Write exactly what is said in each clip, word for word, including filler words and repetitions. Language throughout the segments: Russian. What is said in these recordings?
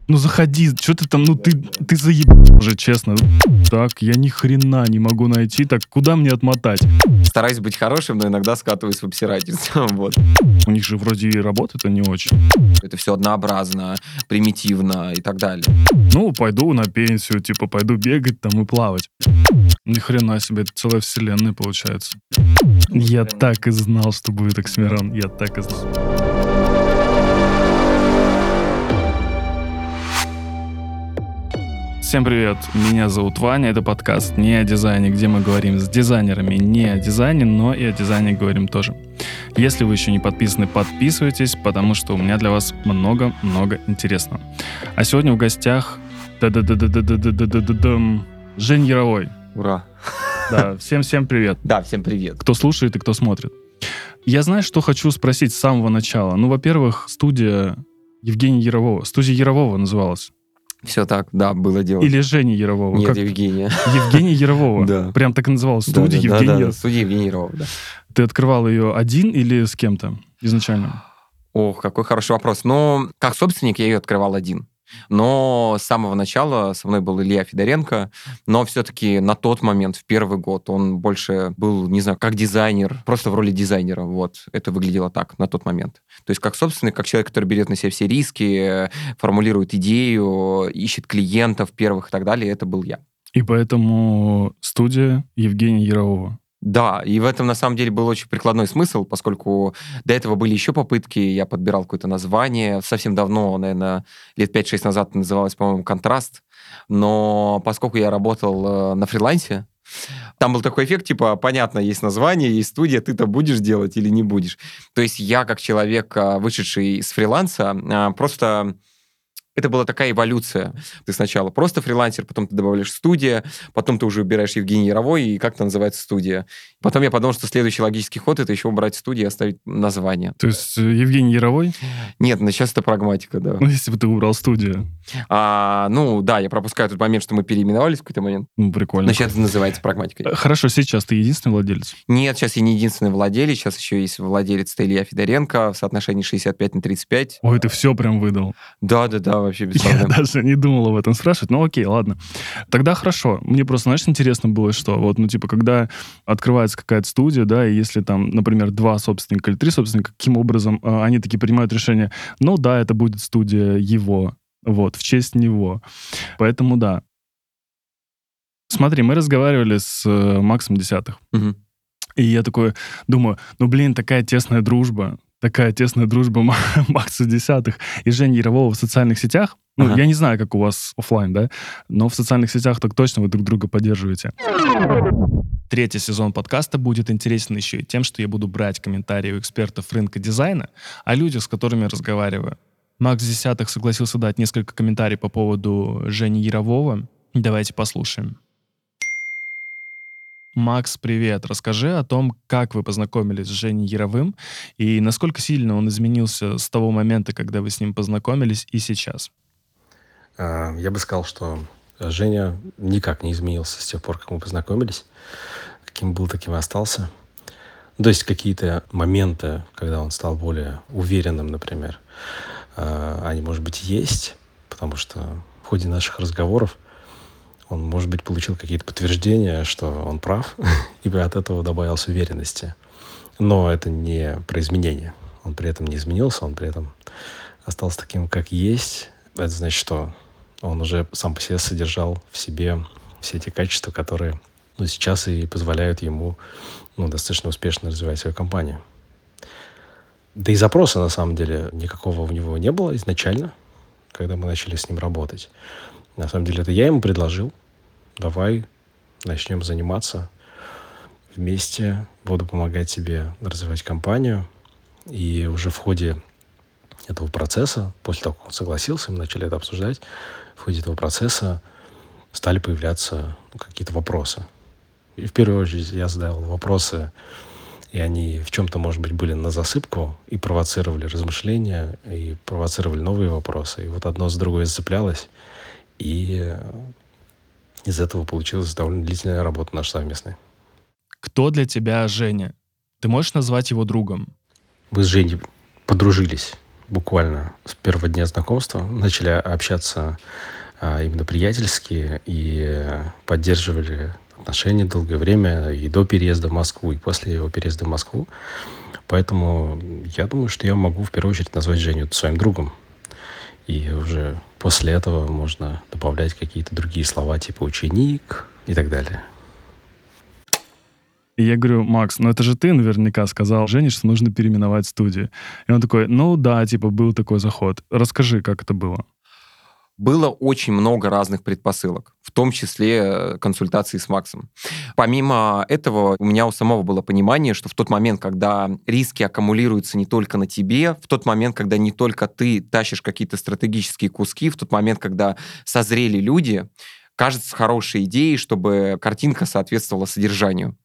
Ну заходи, что ты там, ну ты, ты заебал уже, честно. Так, я ни хрена не могу найти, так куда мне отмотать? Стараюсь быть хорошим, но иногда скатываюсь в обсирательство. Вот. У них же вроде и работа-то не очень. Это все однообразно, примитивно и так далее. Ну, пойду на пенсию, типа пойду бегать там и плавать. Ни хрена себе, это целая вселенная получается. Я так и знал, что будет Оксимирон, я так и знал. Всем привет, меня зовут Ваня, это подкаст «Не о дизайне», где мы говорим с дизайнерами не о дизайне, но и о дизайне говорим тоже. Если вы еще не подписаны, подписывайтесь, потому что у меня для вас много-много интересного. А сегодня в гостях Женя Яровой. Ура! Да, всем-всем привет. Да, всем привет. Кто слушает и кто смотрит. Я знаю, что хочу спросить с самого начала. Ну, во-первых, студия Евгения Ярового. Студия Ярового называлась. Все так, да, было дело. Или Женя Ярового? Нет, как? Евгения. Евгения Ярового? Да. Прям так и называлась? Да, Студия да, Евгения да, да, Ярового? студия Евгения Ярова, да. Ты открывал ее один или с кем-то изначально? Ох, какой хороший вопрос. Ну, как собственник я ее открывал один. Но с самого начала со мной был Илья Федоренко, но все-таки на тот момент, в первый год, он больше был, не знаю, как дизайнер, просто в роли дизайнера, вот. Это выглядело так на тот момент. То есть как собственник, как человек, который берет на себя все риски, формулирует идею, ищет клиентов первых и так далее, это был я. И поэтому студия Евгения Ярового. Да, и в этом, на самом деле, был очень прикладной смысл, поскольку до этого были еще попытки, я подбирал какое-то название. Совсем давно, наверное, лет пять-шесть назад называлось, по-моему, «Контраст». Но поскольку я работал на фрилансе, там был такой эффект, типа, понятно, есть название, есть студия, ты-то будешь делать или не будешь. То есть я, как человек, вышедший из фриланса, просто... Это была такая эволюция. Ты сначала просто фрилансер, потом ты добавляешь студия, потом ты уже убираешь Евгений Яровой, и как-то называется студия. Потом я подумал, что следующий логический ход — это еще убрать студию и оставить название. То есть Евгений Яровой? Нет, ну сейчас это прагматика, да. Ну, если бы ты убрал студию. А, ну, да, я пропускаю тот момент, что мы переименовались в какой-то момент. Ну, прикольно. Но сейчас это называется прагматикой. Хорошо, сейчас ты единственный владелец? Нет, сейчас я не единственный владелец, сейчас еще есть владелец, это Илья Федоренко в соотношении шестьдесят пять на тридцать пять. Ой, ты все прям выдал. Да-да-да, вообще без проблем. Я даже не думал об этом спрашивать, ну окей, ладно. Тогда хорошо. Мне просто, знаешь, интересно было, что вот, ну, типа, когда открывается какая-то студия, да, и если там, например, два собственника или три собственника, каким образом э, они такие принимают решение, ну да, это будет студия его, вот, в честь него. Поэтому да. Смотри, мы разговаривали с э, Максом Десятых. Угу. И я такой думаю, ну, блин, такая тесная дружба, такая тесная дружба Макса Десятых и Жени Ярового в социальных сетях. Ну, Ага. я не знаю, как у вас офлайн, да, но в социальных сетях так точно вы друг друга поддерживаете. Третий сезон подкаста будет интересен еще и тем, что я буду брать комментарии у экспертов рынка дизайна о людях, с которыми я разговариваю. Макс Десятых согласился дать несколько комментариев по поводу Жени Ярового. Давайте послушаем. Макс, привет. Расскажи о том, как вы познакомились с Женей Яровым и насколько сильно он изменился с того момента, когда вы с ним познакомились, и сейчас. Я бы сказал, что Женя никак не изменился с тех пор, как мы познакомились. Каким был, таким и остался. То есть какие-то моменты, когда он стал более уверенным, например, они, может быть, есть, потому что в ходе наших разговоров он, может быть, получил какие-то подтверждения, что он прав, и от этого добавилась уверенности. Но это не про изменения. Он при этом не изменился, он при этом остался таким, как есть. Это значит, что он уже сам по себе содержал в себе все эти качества, которые, ну, сейчас и позволяют ему, ну, достаточно успешно развивать свою компанию. Да и запроса, на самом деле, никакого у него не было изначально, когда мы начали с ним работать. На самом деле, это я ему предложил. Давай начнем заниматься вместе. Буду помогать тебе развивать компанию. И уже в ходе этого процесса, после того, как он согласился, мы начали это обсуждать, в ходе этого процесса стали появляться, ну, какие-то вопросы. И в первую очередь я задавал вопросы, и они в чем-то, может быть, были на засыпку и провоцировали размышления, и провоцировали новые вопросы. И вот одно с другой зацеплялось, и из этого получилась довольно длительная работа наша совместная. Кто для тебя Женя? Ты можешь назвать его другом? Мы с Женей подружились буквально с первого дня знакомства начали общаться а, именно приятельски и поддерживали отношения долгое время и до переезда в Москву, и после его переезда в Москву. Поэтому я думаю, что я могу в первую очередь назвать Женю своим другом. И уже после этого можно добавлять какие-то другие слова, типа ученик и так далее. И я говорю: Макс, ну это же ты наверняка сказал Жене, что нужно переименовать студию. И он такой: ну да, типа был такой заход. Расскажи, как это было. Было очень много разных предпосылок, в том числе консультации с Максом. Помимо этого, у меня у самого было понимание, что в тот момент, когда риски аккумулируются не только на тебе, в тот момент, когда не только ты тащишь какие-то стратегические куски, в тот момент, когда созрели люди, кажется хорошей идеей, чтобы картинка соответствовала содержанию.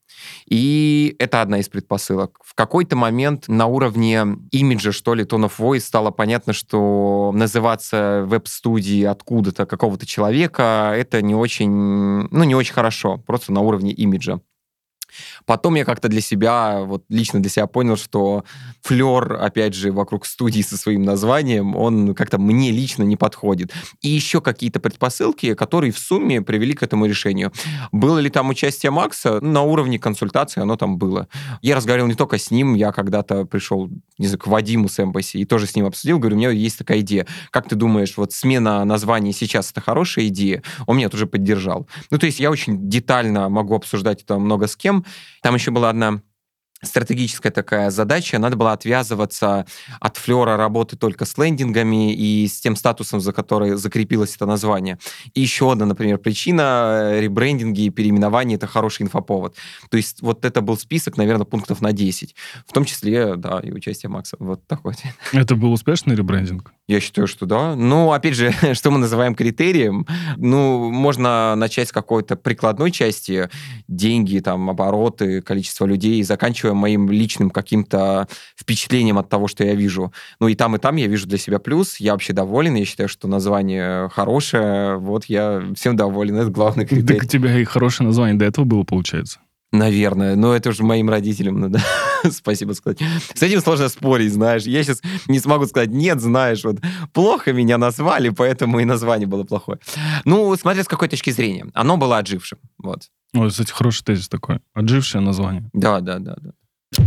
И это одна из предпосылок. В какой-то момент на уровне имиджа, что ли, tone of voice стало понятно, что называться веб-студией откуда-то, какого-то человека, это не очень, ну, не очень хорошо, просто на уровне имиджа. Потом я как-то для себя, вот лично для себя понял, что флер, опять же, вокруг студии со своим названием, он как-то мне лично не подходит. И еще какие-то предпосылки, которые в сумме привели к этому решению. Было ли там участие Макса? На уровне консультации оно там было. Я разговаривал не только с ним, я когда-то пришел, не знаю, к Вадиму с Embassy и тоже с ним обсудил, говорю, у меня есть такая идея. Как ты думаешь, вот смена названия сейчас это хорошая идея? Он меня тоже поддержал. Ну, то есть я очень детально могу обсуждать это много с кем. Там еще была одна стратегическая такая задача. Надо было отвязываться от флера работы только с лендингами и с тем статусом, за который закрепилось это название. И еще одна, например, причина — ребрендинги и переименование — это хороший инфоповод. То есть вот это был список, наверное, пунктов на десять. В том числе, да, и участие Макса. Вот такой. Это был успешный ребрендинг? Я считаю, что да. Ну, опять же, что мы называем критерием? Ну, можно начать с какой-то прикладной части. Деньги, там, обороты, количество людей, заканчивая моим личным каким-то впечатлением от того, что я вижу. Ну, и там, и там я вижу для себя плюс. Я вообще доволен. Я считаю, что название хорошее. Вот я всем доволен. Это главный критерий. Так у тебя и хорошее название до этого было, получается? Наверное. Но это уже моим родителям надо спасибо сказать. С этим сложно спорить, знаешь. Я сейчас не смогу сказать, нет, знаешь, вот плохо меня назвали, поэтому и название было плохое. Ну, смотря с какой точки зрения. Оно было отжившим. Вот. Ой, кстати, хороший тезис такой. Отжившее название. Да, да, да, да.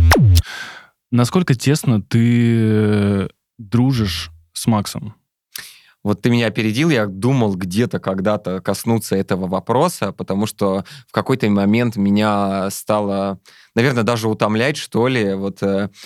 Насколько тесно ты дружишь с Максом? Вот ты меня опередил, я думал где-то когда-то коснуться этого вопроса, потому что в какой-то момент меня стало, наверное, даже утомлять, что ли, вот...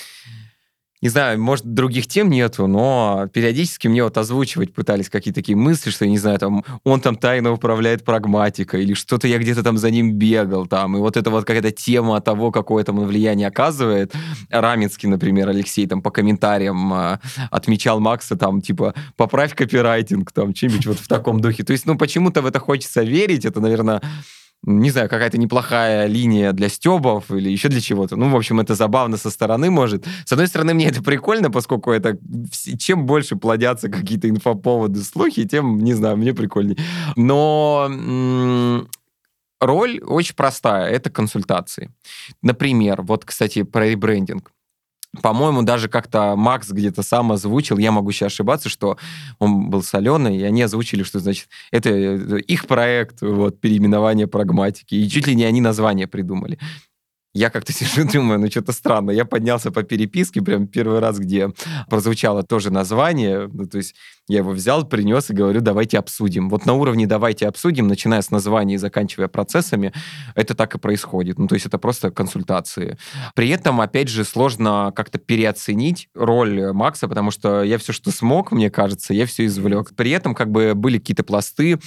Не знаю, может, других тем нету, но периодически мне вот озвучивать пытались какие-то такие мысли, что, я не знаю, там, он там тайно управляет прагматикой, или что-то я где-то там за ним бегал, там, и вот это вот какая-то тема того, какое там он влияние оказывает. Раменский, например, Алексей, там, по комментариям э, отмечал Макса, там, типа, поправь копирайтинг, там, чем-нибудь вот в таком духе. То есть, ну, почему-то в это хочется верить, это, наверное... не знаю, какая-то неплохая линия для стёбов или еще для чего-то. Ну, в общем, это забавно со стороны может. С одной стороны, мне это прикольно, поскольку это чем больше плодятся какие-то инфоповоды, слухи, тем, не знаю, мне прикольнее. Но м- роль очень простая. Это консультации. Например, вот, кстати, про ребрендинг. По-моему, даже как-то Макс где-то сам озвучил, я могу сейчас ошибаться, что он был соленый, и они озвучили, что, значит, это их проект, вот, переименование прагматики, и чуть ли не они название придумали. Я как-то сижу, думаю, ну что-то странно. Я поднялся по переписке, прям первый раз, где прозвучало тоже название. Ну, то есть я его взял, принес и говорю, давайте обсудим. Вот на уровне «давайте обсудим», начиная с названия и заканчивая процессами, это так и происходит. Ну, то есть это просто консультации. При этом, опять же, сложно как-то переоценить роль Макса, потому что я все, что смог, мне кажется, я все извлек. При этом как бы были какие-то пласты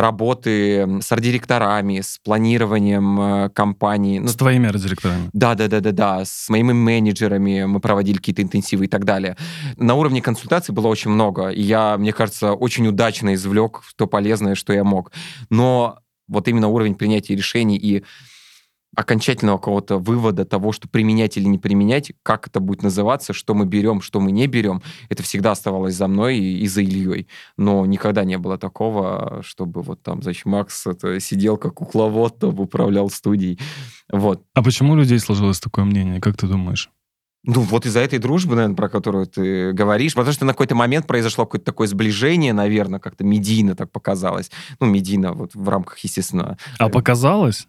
работы с арт-директорами, с планированием компании. Ну, с твоими арт-директорами? Да, да, да, да, да. С моими менеджерами мы проводили какие-то интенсивы и так далее. На уровне консультаций было очень много. И я, мне кажется, очень удачно извлек то полезное, что я мог. Но вот именно уровень принятия решений и окончательного какого-то вывода того, что применять или не применять, как это будет называться, что мы берем, что мы не берем, это всегда оставалось за мной и, и за Ильей. Но никогда не было такого, чтобы вот там, значит, Макс это, сидел как кукловод, там, управлял студией. Вот. А почему у людей сложилось такое мнение, как ты думаешь? Ну, вот из-за этой дружбы, наверное, про которую ты говоришь, потому что на какой-то момент произошло какое-то такое сближение, наверное, как-то медийно так показалось. Ну, медийно вот в рамках, естественно. А показалось?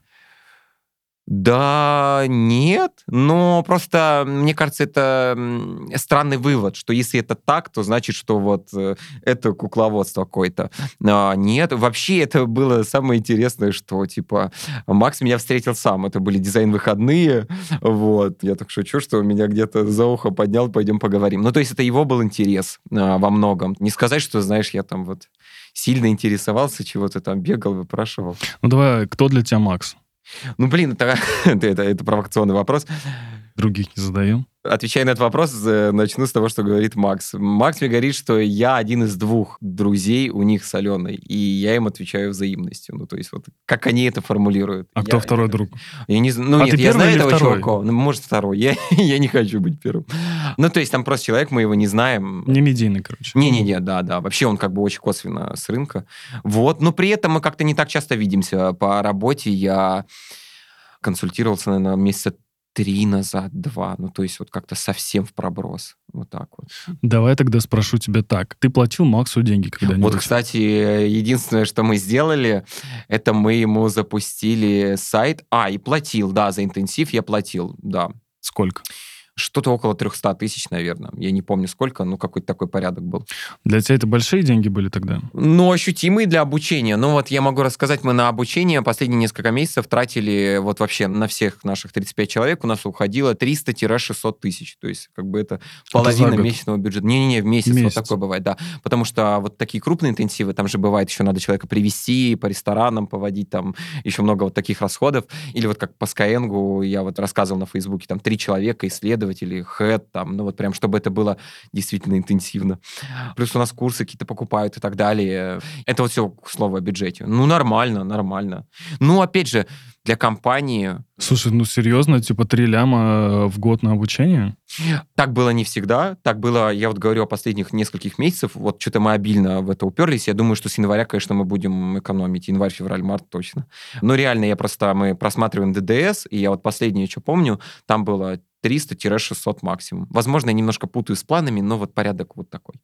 Да, нет, но просто, мне кажется, это странный вывод, что если это так, то значит, что вот это кукловодство какое-то. А, нет, вообще это было самое интересное, что, типа, Макс меня встретил сам, это были дизайн-выходные, вот, я так шучу, что меня где-то за ухо поднял, пойдем поговорим. Ну, то есть это его был интерес а, во многом. Не сказать, что, знаешь, я там вот сильно интересовался, чего-то там бегал, выпрашивал. Ну, давай, кто для тебя Макс? Ну, блин, это, это, это провокационный вопрос. Других не задаем. Отвечая на этот вопрос, начну с того, что говорит Макс. Макс мне говорит, что я один из двух друзей у них с Аленой, и я им отвечаю взаимностью. Ну, то есть вот как они это формулируют. А я, кто второй я, друг? Я не, ну, а нет, ты я знаю или этого второй? чувака. Ну, может, второй. Я, я не хочу быть первым. Ну, то есть там просто человек, мы его не знаем. Не медийный, короче. Не-не-не, да-да. Вообще он как бы очень косвенно с рынка. Вот. Но при этом мы как-то не так часто видимся по работе. Я консультировался, наверное, месяца три назад, два. Ну, то есть вот как-то совсем в проброс. Вот так вот. Давай тогда спрошу тебя так. Ты платил Максу деньги когда-нибудь? Вот, кстати, единственное, что мы сделали, это мы ему запустили сайт. А, и платил, да, за интенсив я платил, да. Сколько? Что-то около триста тысяч, наверное. Я не помню сколько, но какой-то такой порядок был. Для тебя это большие деньги были тогда? Ну, ощутимые для обучения. Ну, вот я могу рассказать, мы на обучение последние несколько месяцев тратили, вот вообще на всех наших тридцать пять человек у нас уходило триста-шестьсот тысяч. То есть, как бы это половина это месячного бюджета. Не-не-не, в месяц, месяц. Вот такое бывает, да. Потому что вот такие крупные интенсивы, там же бывает еще надо человека привезти, по ресторанам поводить, там еще много вот таких расходов. Или вот как по Skyeng, я вот рассказывал на Фейсбуке, там три человека, исследователи, хэт, там, ну вот прям, чтобы это было действительно интенсивно. Плюс у нас курсы какие-то покупают и так далее. Это вот все к слову о бюджете. Ну, нормально, нормально. Ну, опять же, для компании... Слушай, ну серьезно, типа три ляма в год на обучение? Так было не всегда. Так было, я вот говорю о последних нескольких месяцев. Вот что-то мы обильно в это уперлись. Я думаю, что с января, конечно, мы будем экономить. Январь, февраль, март точно. Но реально, я просто... Мы просматриваем ДДС, и я вот последнее, что помню, там было триста-шестьсот максимум. Возможно, я немножко путаю с планами, но вот порядок вот такой.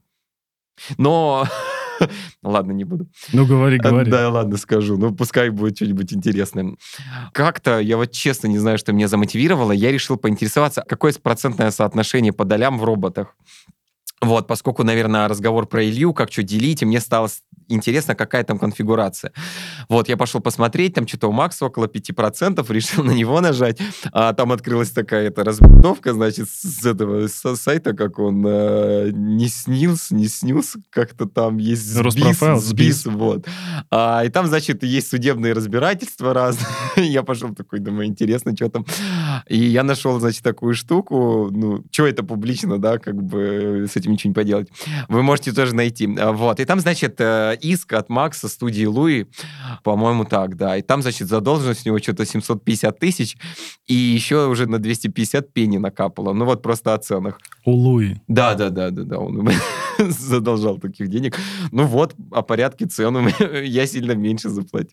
Но... Ладно, не буду. Ну, говори, говори. Да, ладно, скажу. Ну, пускай будет что-нибудь интересное. Как-то, я вот честно не знаю, что меня замотивировало, я решил поинтересоваться, какое процентное соотношение по долям в роботах. Вот, поскольку, наверное, разговор про Илью, как что делить, и мне стало интересно, какая там конфигурация. Вот, я пошел посмотреть, там что-то у Макса около пяти процентов, решил на него нажать, а там открылась такая-то разбитовка, значит, с этого с сайта, как он э, не снился, не снился, как-то там есть сбис, Роспрофайл, сбис, сбис. вот. А, и там, значит, есть судебные разбирательства разные. Я пошел такой, думаю, интересно, что там. И я нашел, значит, такую штуку, ну, что это публично, да, как бы с этим ничего не поделать. Вы можете тоже найти. Вот. И там, значит, иск от Макса, студии Луи, по-моему, так, да. И там, значит, задолженность у него что-то семьсот пятьдесят тысяч, и еще уже на двести пятьдесят пени накапало. Ну, вот просто о ценах. У Луи. Да, да, да, да, да. Он задолжал таких денег. Ну вот, о порядке цен я сильно меньше заплатил.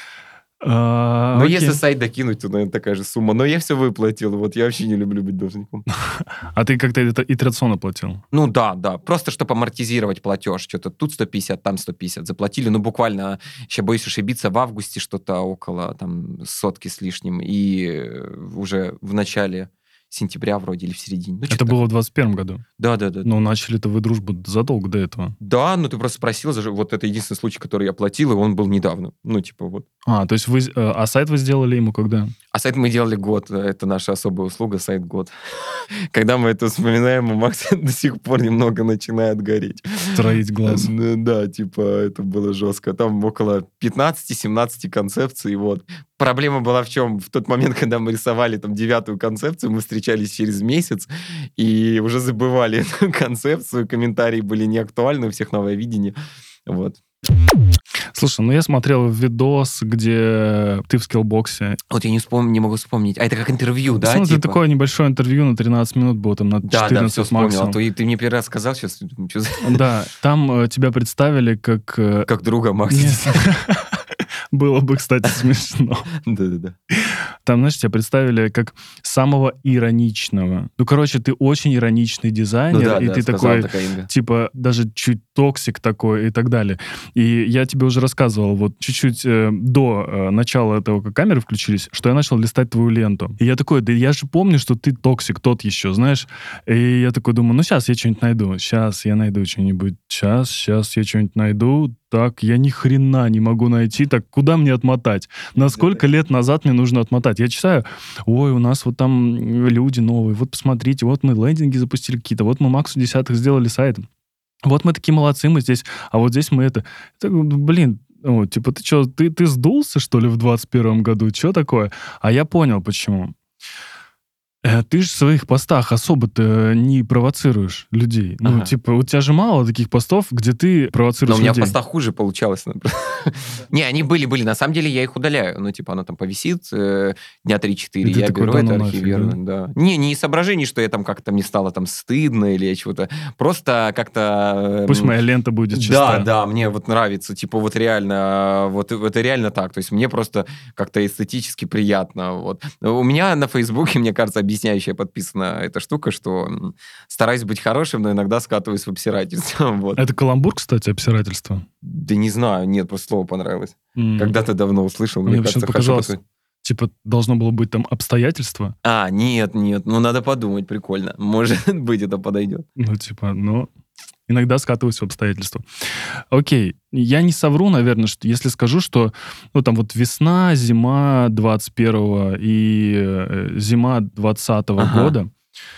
А, Но окей. если сайт докинуть, то, наверное, такая же сумма. Но я все выплатил. Вот я вообще не люблю быть должником. А ты как-то это итерационно платил? Ну да, да. Просто чтобы амортизировать платеж. Что-то тут сто пятьдесят, там сто пятьдесят. Заплатили, ну буквально, сейчас боюсь ошибиться, в августе что-то около там сотки с лишним. И уже в начале сентября вроде или в середине. Ну, Это было в двадцать первом году? Да, да, да. Ну, начали-то вы дружбу задолго до этого. Да, ну ты просто спросил, вот это единственный случай, который я платил, и он был недавно. Ну, типа вот. А, то есть вы... А сайт вы сделали ему когда? А сайт мы делали год. Это наша особая услуга, сайт год. Когда мы это вспоминаем, у Макса до сих пор немного начинает гореть. Строить глаз. Да, типа, это было жестко. Там около пятнадцать-семнадцать концепций, вот. Проблема была в чем? В тот момент, когда мы рисовали там девятую концепцию, мы встречались через месяц и уже забывали эту концепцию, комментарии были неактуальны, у всех новое видение. Вот. Слушай, ну я смотрел видос, где ты в скиллбоксе. Вот я не, вспом... не могу вспомнить. А это как интервью, да? В смысле, типа? такое небольшое интервью на тринадцать минут было, там на Да, четырнадцать да, все вспомнил. максимум. А то и ты мне первый раз сказал сейчас. Что за... Да, там э, тебя представили как... Э... Как друга Макса. Нет. Было бы, кстати, смешно. Да-да-да. Там, знаешь, тебя представили как самого ироничного. Ну, короче, ты очень ироничный дизайнер, Ну да, и да, ты сказала такой, такая Инга. типа, даже чуть токсик такой и так далее. И я тебе уже рассказывал, вот чуть-чуть э, до э, начала этого, как камеры включились, что я начал листать твою ленту. И я такой, да я же помню, что ты токсик тот еще, знаешь. И я такой думаю, ну, сейчас я что-нибудь найду. Сейчас я найду что-нибудь. Сейчас, сейчас я что-нибудь найду. Так, я ни хрена не могу найти. Так, куда мне отмотать? На сколько лет назад мне нужно отмотать? Я читаю, ой, у нас вот там люди новые, вот посмотрите, вот мы лендинги запустили какие-то, вот мы Максу десятых сделали сайт. Вот мы такие молодцы, мы здесь, а вот здесь мы это... это блин, о, типа, ты что, ты, ты сдулся, что ли, в двадцать первом году? Что такое? А я понял, почему. Ты же в своих постах особо-то не провоцируешь людей. Ну, Ага. типа, у тебя же мало таких постов, где ты провоцируешь Но у меня в людей. постах хуже получалось. Не, они были-были. На самом деле я их удаляю. Ну, типа, оно там повисит э, дня три-четыре, И ты я такой, беру да это, ну нафиг, архивирую. Да? Не, не из соображений, что я там как-то мне стало там стыдно или я чего-то. Просто как-то... э, Пусть моя лента будет Да, чистая. да, мне вот нравится, типа, вот реально, вот это реально так. То есть мне просто как-то эстетически приятно. Вот. У меня на Фейсбуке, мне кажется, объясняющая подписана эта штука, что м, стараюсь быть хорошим, но иногда скатываюсь в обсирательство. Вот. Это каламбур, кстати, обсирательство. Да не знаю, нет, просто слово понравилось. М. Когда-то давно услышал, мне, Мне кажется, почему-то хорошо показалось, подходит. типа, должно было быть там обстоятельства. А, нет, нет, ну надо подумать, прикольно. Может быть, это подойдет. Ну, типа, но иногда скатываюсь в обстоятельства. Окей, я не совру, наверное, что если скажу, что, ну, там вот весна, зима двадцать первого и э, зима двадцатого Ага. года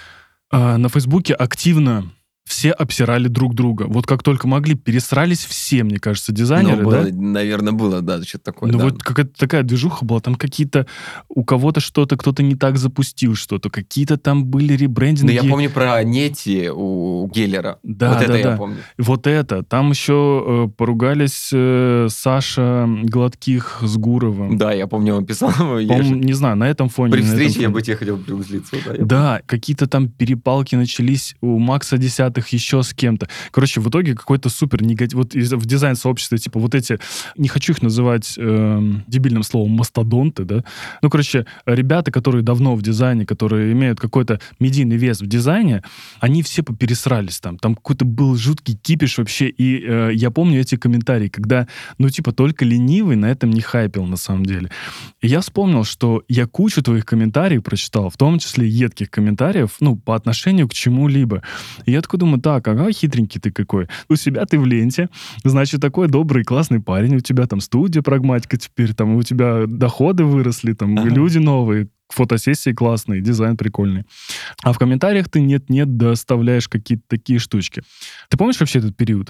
э, на Фейсбуке активно все обсирали друг друга. Вот как только могли, пересрались все, мне кажется, дизайнеры, Ну, было, да? наверное, было, да, что-то такое, Ну да. вот какая-то такая движуха была, там какие-то, у кого-то что-то, кто-то не так запустил что-то, какие-то там были Ну, ребрендинги. я помню про Нети у Геллера. Да, вот да, это я да. помню. Вот это. Там еще э, поругались э, Саша Гладких с Гуровым. Да, я помню, он писал. я По-моему, же- не знаю, на этом фоне. При не на этом встрече я фоне. бы тебе хотел приузлиться. Да, я Да, какие-то там перепалки начались у Макса Десятых еще с кем-то. Короче, в итоге какой-то супер негатив. Вот из- в дизайн-сообществе, типа, вот эти, не хочу их называть эм, дебильным словом, мастодонты, да? Ну, короче, ребята, которые давно в дизайне, которые имеют какой-то медийный вес в дизайне, они все попересрались там. Там какой-то был жуткий кипиш вообще. И э, я помню эти комментарии, когда, ну, типа, только ленивый на этом не хайпил, на самом деле. И я вспомнил, что я кучу твоих комментариев прочитал, в том числе едких комментариев, ну, по отношению к чему-либо. И я такой думаю, так, ага, хитренький ты какой. У себя ты в ленте, значит, такой добрый, классный парень, у тебя там студия прагматика теперь, там у тебя доходы выросли, там Ага. люди новые, фотосессии классные, дизайн прикольный. А в комментариях ты нет-нет доставляешь какие-то такие штучки. Ты помнишь вообще этот период?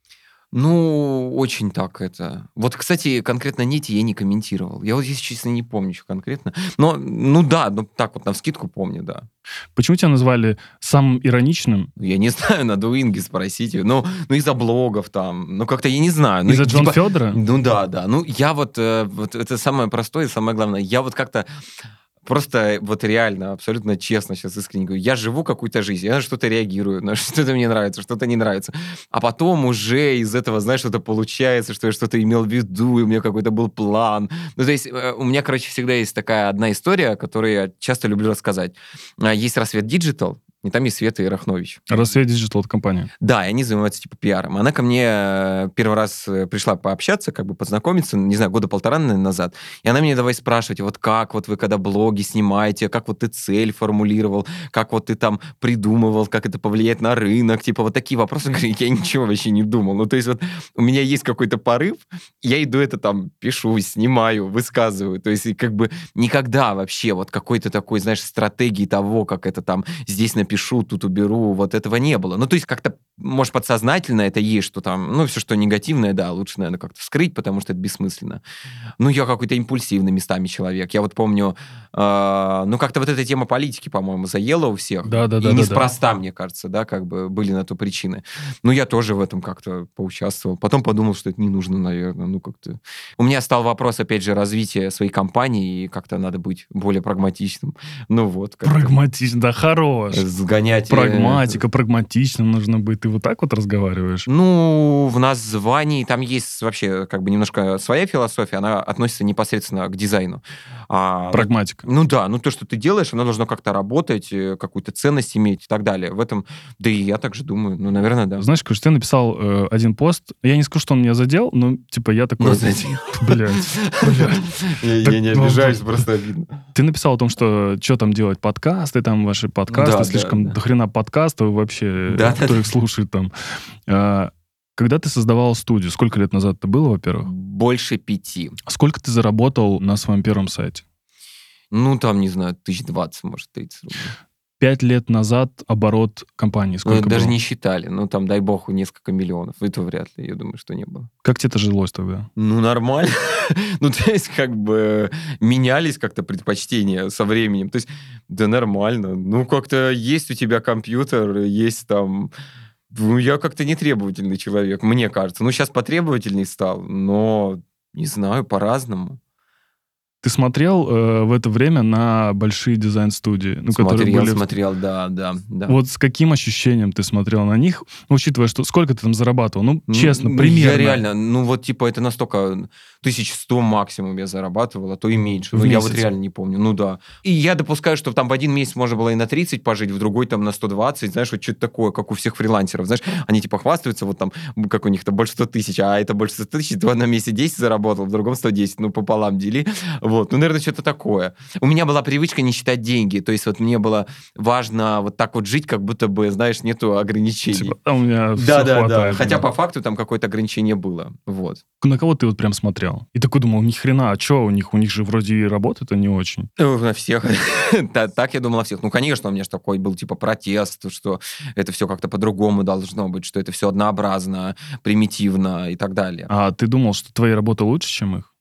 Ну, очень так это. Вот, кстати, конкретно Нети я не комментировал. Я вот, если честно, не помню, что конкретно. Но, ну да, ну так вот навскидку помню, да. Почему тебя назвали самым ироничным? Я не знаю, надо у Инги спросить ее. Ну, ну из-за блогов там. Ну, как-то я не знаю. Ну, Из-за Джон типа, Федора? Ну да, да. Ну, я вот, э, вот это самое простое и самое главное. Я вот как-то просто вот реально, абсолютно честно сейчас искренне говорю, я живу какую-то жизнь, я на что-то реагирую, на что-то мне нравится, что-то не нравится. А потом уже из этого, знаешь, что-то получается, что я что-то имел в виду, и у меня какой-то был план. Ну, то есть э, у меня, короче, всегда есть такая одна история, которую я часто люблю рассказать. А, Есть «Рассвет Диджитал», и там есть Света Ирахнович. Рассвет Digital — это компания. Да, и они занимаются типа пиаром. Она ко мне э, первый раз э, пришла пообщаться, как бы познакомиться, не знаю, года полтора, наверное, назад. И она мне давай спрашивать, вот как вот вы когда блоги снимаете, как вот ты цель формулировал, как вот ты там придумывал, как это повлияет на рынок, типа вот такие вопросы. Говорю, я ничего вообще не думал. Ну, то есть вот у меня есть какой-то порыв, я иду это там пишу, снимаю, высказываю. То есть и как бы никогда вообще вот какой-то такой, знаешь, стратегии того, как это там здесь напишу, тут уберу, вот этого не было. Ну, то есть как-то, может, подсознательно это есть, что там, ну, все, что негативное, да, лучше, наверное, как-то вскрыть, потому что это бессмысленно. Ну, я какой-то импульсивный местами человек. Я вот помню, э, ну, как-то вот эта тема политики, по-моему, заела у всех. Да, да, И да, да, неспроста, мне кажется, да, как бы были на то причины. Ну, я тоже в этом как-то поучаствовал. Потом подумал, что это не нужно, наверное. Ну, как-то... У меня стал вопрос, опять же, развития своей компании, и как-то надо быть более прагматичным. Ну, вот. как-то. Прагматично, да, хорош. сгонять. Прагматика, прагматичным нужно быть. Ты вот так вот разговариваешь? Ну, в названии там есть вообще как бы немножко своя философия, она относится непосредственно к дизайну. А, Прагматика. Ну да, ну то, что ты делаешь, оно должно как-то работать, какую-то ценность иметь и так далее. В этом, да и я также думаю, ну, наверное, да. Знаешь, Куш, ты написал э, один пост, я не скажу, что он меня задел, но типа я такой... Ну, задел. Блядь, блядь. Я не обижаюсь, просто обидно. Ты написал о том, что что там делать, подкасты, там ваши подкасты, Да, слишком да, да. дохрена подкастов вообще, Да, кто да, их да. слушает там. А, Когда ты создавал студию, сколько лет назад это было, во-первых? Больше пяти. Сколько ты заработал на своем первом сайте? Ну, там, не знаю, тысяч двадцать, может, тридцать рублей. Пять лет назад оборот компании Ну, сколько даже был? не считали. Ну, там, дай бог, несколько миллионов. Это вряд ли, я думаю, что не было. Как тебе это жилось тогда? Ну, нормально. Ну, то есть, как бы, менялись как-то предпочтения со временем. То есть, да нормально. Ну, как-то есть у тебя компьютер, есть там... Ну, я как-то не требовательный человек, мне кажется. Ну, сейчас потребовательней стал, но, не знаю, по-разному. Ты смотрел э, в это время на большие дизайн-студии, ну, которые Смотрел, были... в- смотрел, да, да, да. Вот с каким ощущением ты смотрел на них, учитывая, что сколько ты там зарабатывал? Ну, честно, Ну, примерно. Я реально, ну вот типа это настолько тысяч сто максимум я зарабатывал, а то и меньше. В Ну я вот месяц? реально не помню. Ну да. И я допускаю, что там в один месяц можно было и на тридцать пожить, в другой там на сто двадцать, знаешь, вот что-то такое, как у всех фрилансеров. Знаешь, они типа хвастаются, вот там, как у них-то больше сто тысяч, а это больше сто тысяч, в одном месяце десять заработал, в другом сто десять, ну пополам дели. Вот, ну, наверное, что-то такое. У меня была привычка не считать деньги, то есть вот мне было важно вот так вот жить, как будто бы, знаешь, нету ограничений. Типа, а у меня все Да, да, да. хватает. Хотя да. по факту там какое-то ограничение было. Вот. На кого ты вот прям смотрел? И такой думал, ни хрена, а что у них? У них же вроде и работа-то не очень. Ну, на всех. Та- Так я думал о всех. Ну, конечно, у меня же такой был типа протест, что это все как-то по-другому должно быть, что это все однообразно, примитивно и так далее. А ты думал, что твои работы лучше, чем их?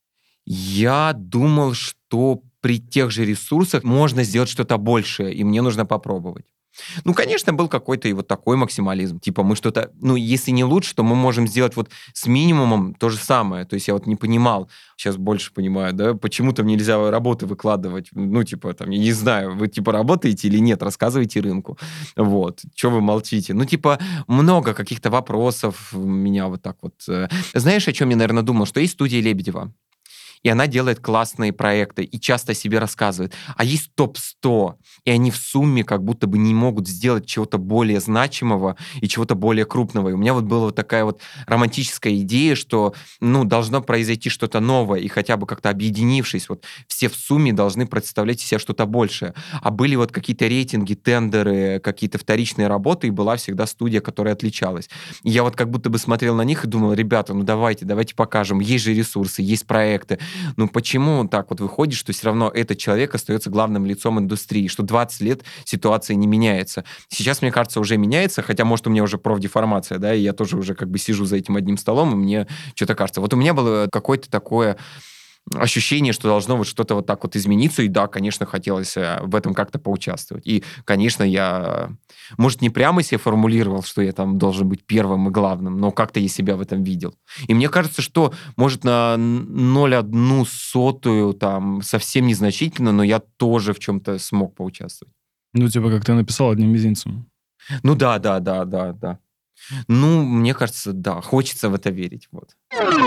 Я думал, что при тех же ресурсах можно сделать что-то большее, и мне нужно попробовать. Ну, конечно, был какой-то и вот такой максимализм. Типа мы что-то, ну, если не лучше, то мы можем сделать вот с минимумом то же самое. То есть я вот не понимал, сейчас больше понимаю, да, почему там нельзя работы выкладывать. Ну, типа, там, я не знаю, вы типа работаете или нет, рассказывайте рынку. Вот. Че вы молчите? Ну, типа, много каких-то вопросов у меня вот так вот. э. Знаешь, о чем я, наверное, думал? Что есть студия Лебедева. И она делает классные проекты и часто о себе рассказывает. А есть топ сто, и они в сумме как будто бы не могут сделать чего-то более значимого и чего-то более крупного. И у меня вот была вот такая вот романтическая идея, что, ну, должно произойти что-то новое, и хотя бы как-то объединившись, вот все в сумме должны представлять из себя что-то большее. А были вот какие-то рейтинги, тендеры, какие-то вторичные работы, и была всегда студия, которая отличалась. И я вот как будто бы смотрел на них и думал, ребята, ну давайте, давайте покажем. Есть же ресурсы, есть проекты. Ну почему так вот выходит, что все равно этот человек остается главным лицом индустрии, что двадцать лет ситуация не меняется. Сейчас, мне кажется, уже меняется, хотя, может, у меня уже профдеформация, да, и я тоже уже как бы сижу за этим одним столом, и мне что-то кажется. Вот у меня было какое-то такое ощущение, что должно вот что-то вот так вот измениться, и да, конечно, хотелось э, в этом как-то поучаствовать. И, конечно, я, может, не прямо себе формулировал, что я там должен быть первым и главным, но как-то я себя в этом видел. И мне кажется, что, может, на ноль целых одну сотую там совсем незначительно, но я тоже в чем-то смог поучаствовать. Ну, типа, как ты написал одним мизинцем. Ну да, да, да, да, да. Ну, мне кажется, да, хочется в это верить, вот.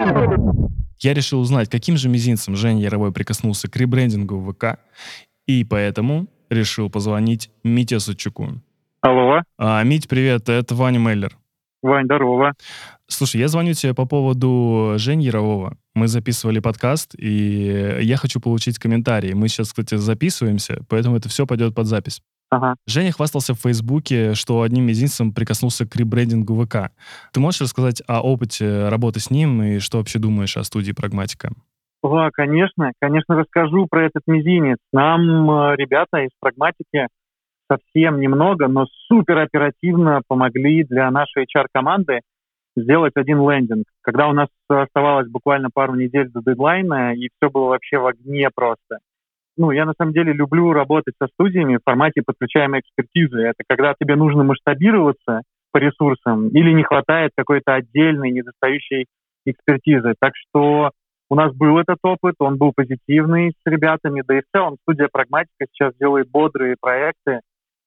Я решил узнать, каким же мизинцем Женя Яровой прикоснулся к ребрендингу в ВК, и поэтому решил позвонить Мите Садчуку. Алло, А, Мить, привет, это Ваня Мейлер. Вань, здорово. Слушай, я звоню тебе по поводу Жени Ярового. Мы записывали подкаст, и я хочу получить комментарии. Мы сейчас, кстати, записываемся, поэтому это все пойдет под запись. Ага. Женя хвастался в Фейсбуке, что одним мизинцем прикоснулся к ребрендингу ВК. Ты можешь рассказать о опыте работы с ним и что вообще думаешь о студии «Прагматика»? Да, конечно, конечно, расскажу про этот мизинец. Нам э, ребята из Прагматики совсем немного, но супер оперативно помогли для нашей эйч ар-команды сделать один лендинг. Когда у нас оставалось буквально пару недель до дедлайна, и все было вообще в огне просто. Ну, я на самом деле люблю работать со студиями в формате подключаемой экспертизы. Это когда тебе нужно масштабироваться по ресурсам или не хватает какой-то отдельной недостающей экспертизы. Так что у нас был этот опыт, он был позитивный с ребятами, да и в целом студия «Прагматика» сейчас делает бодрые проекты,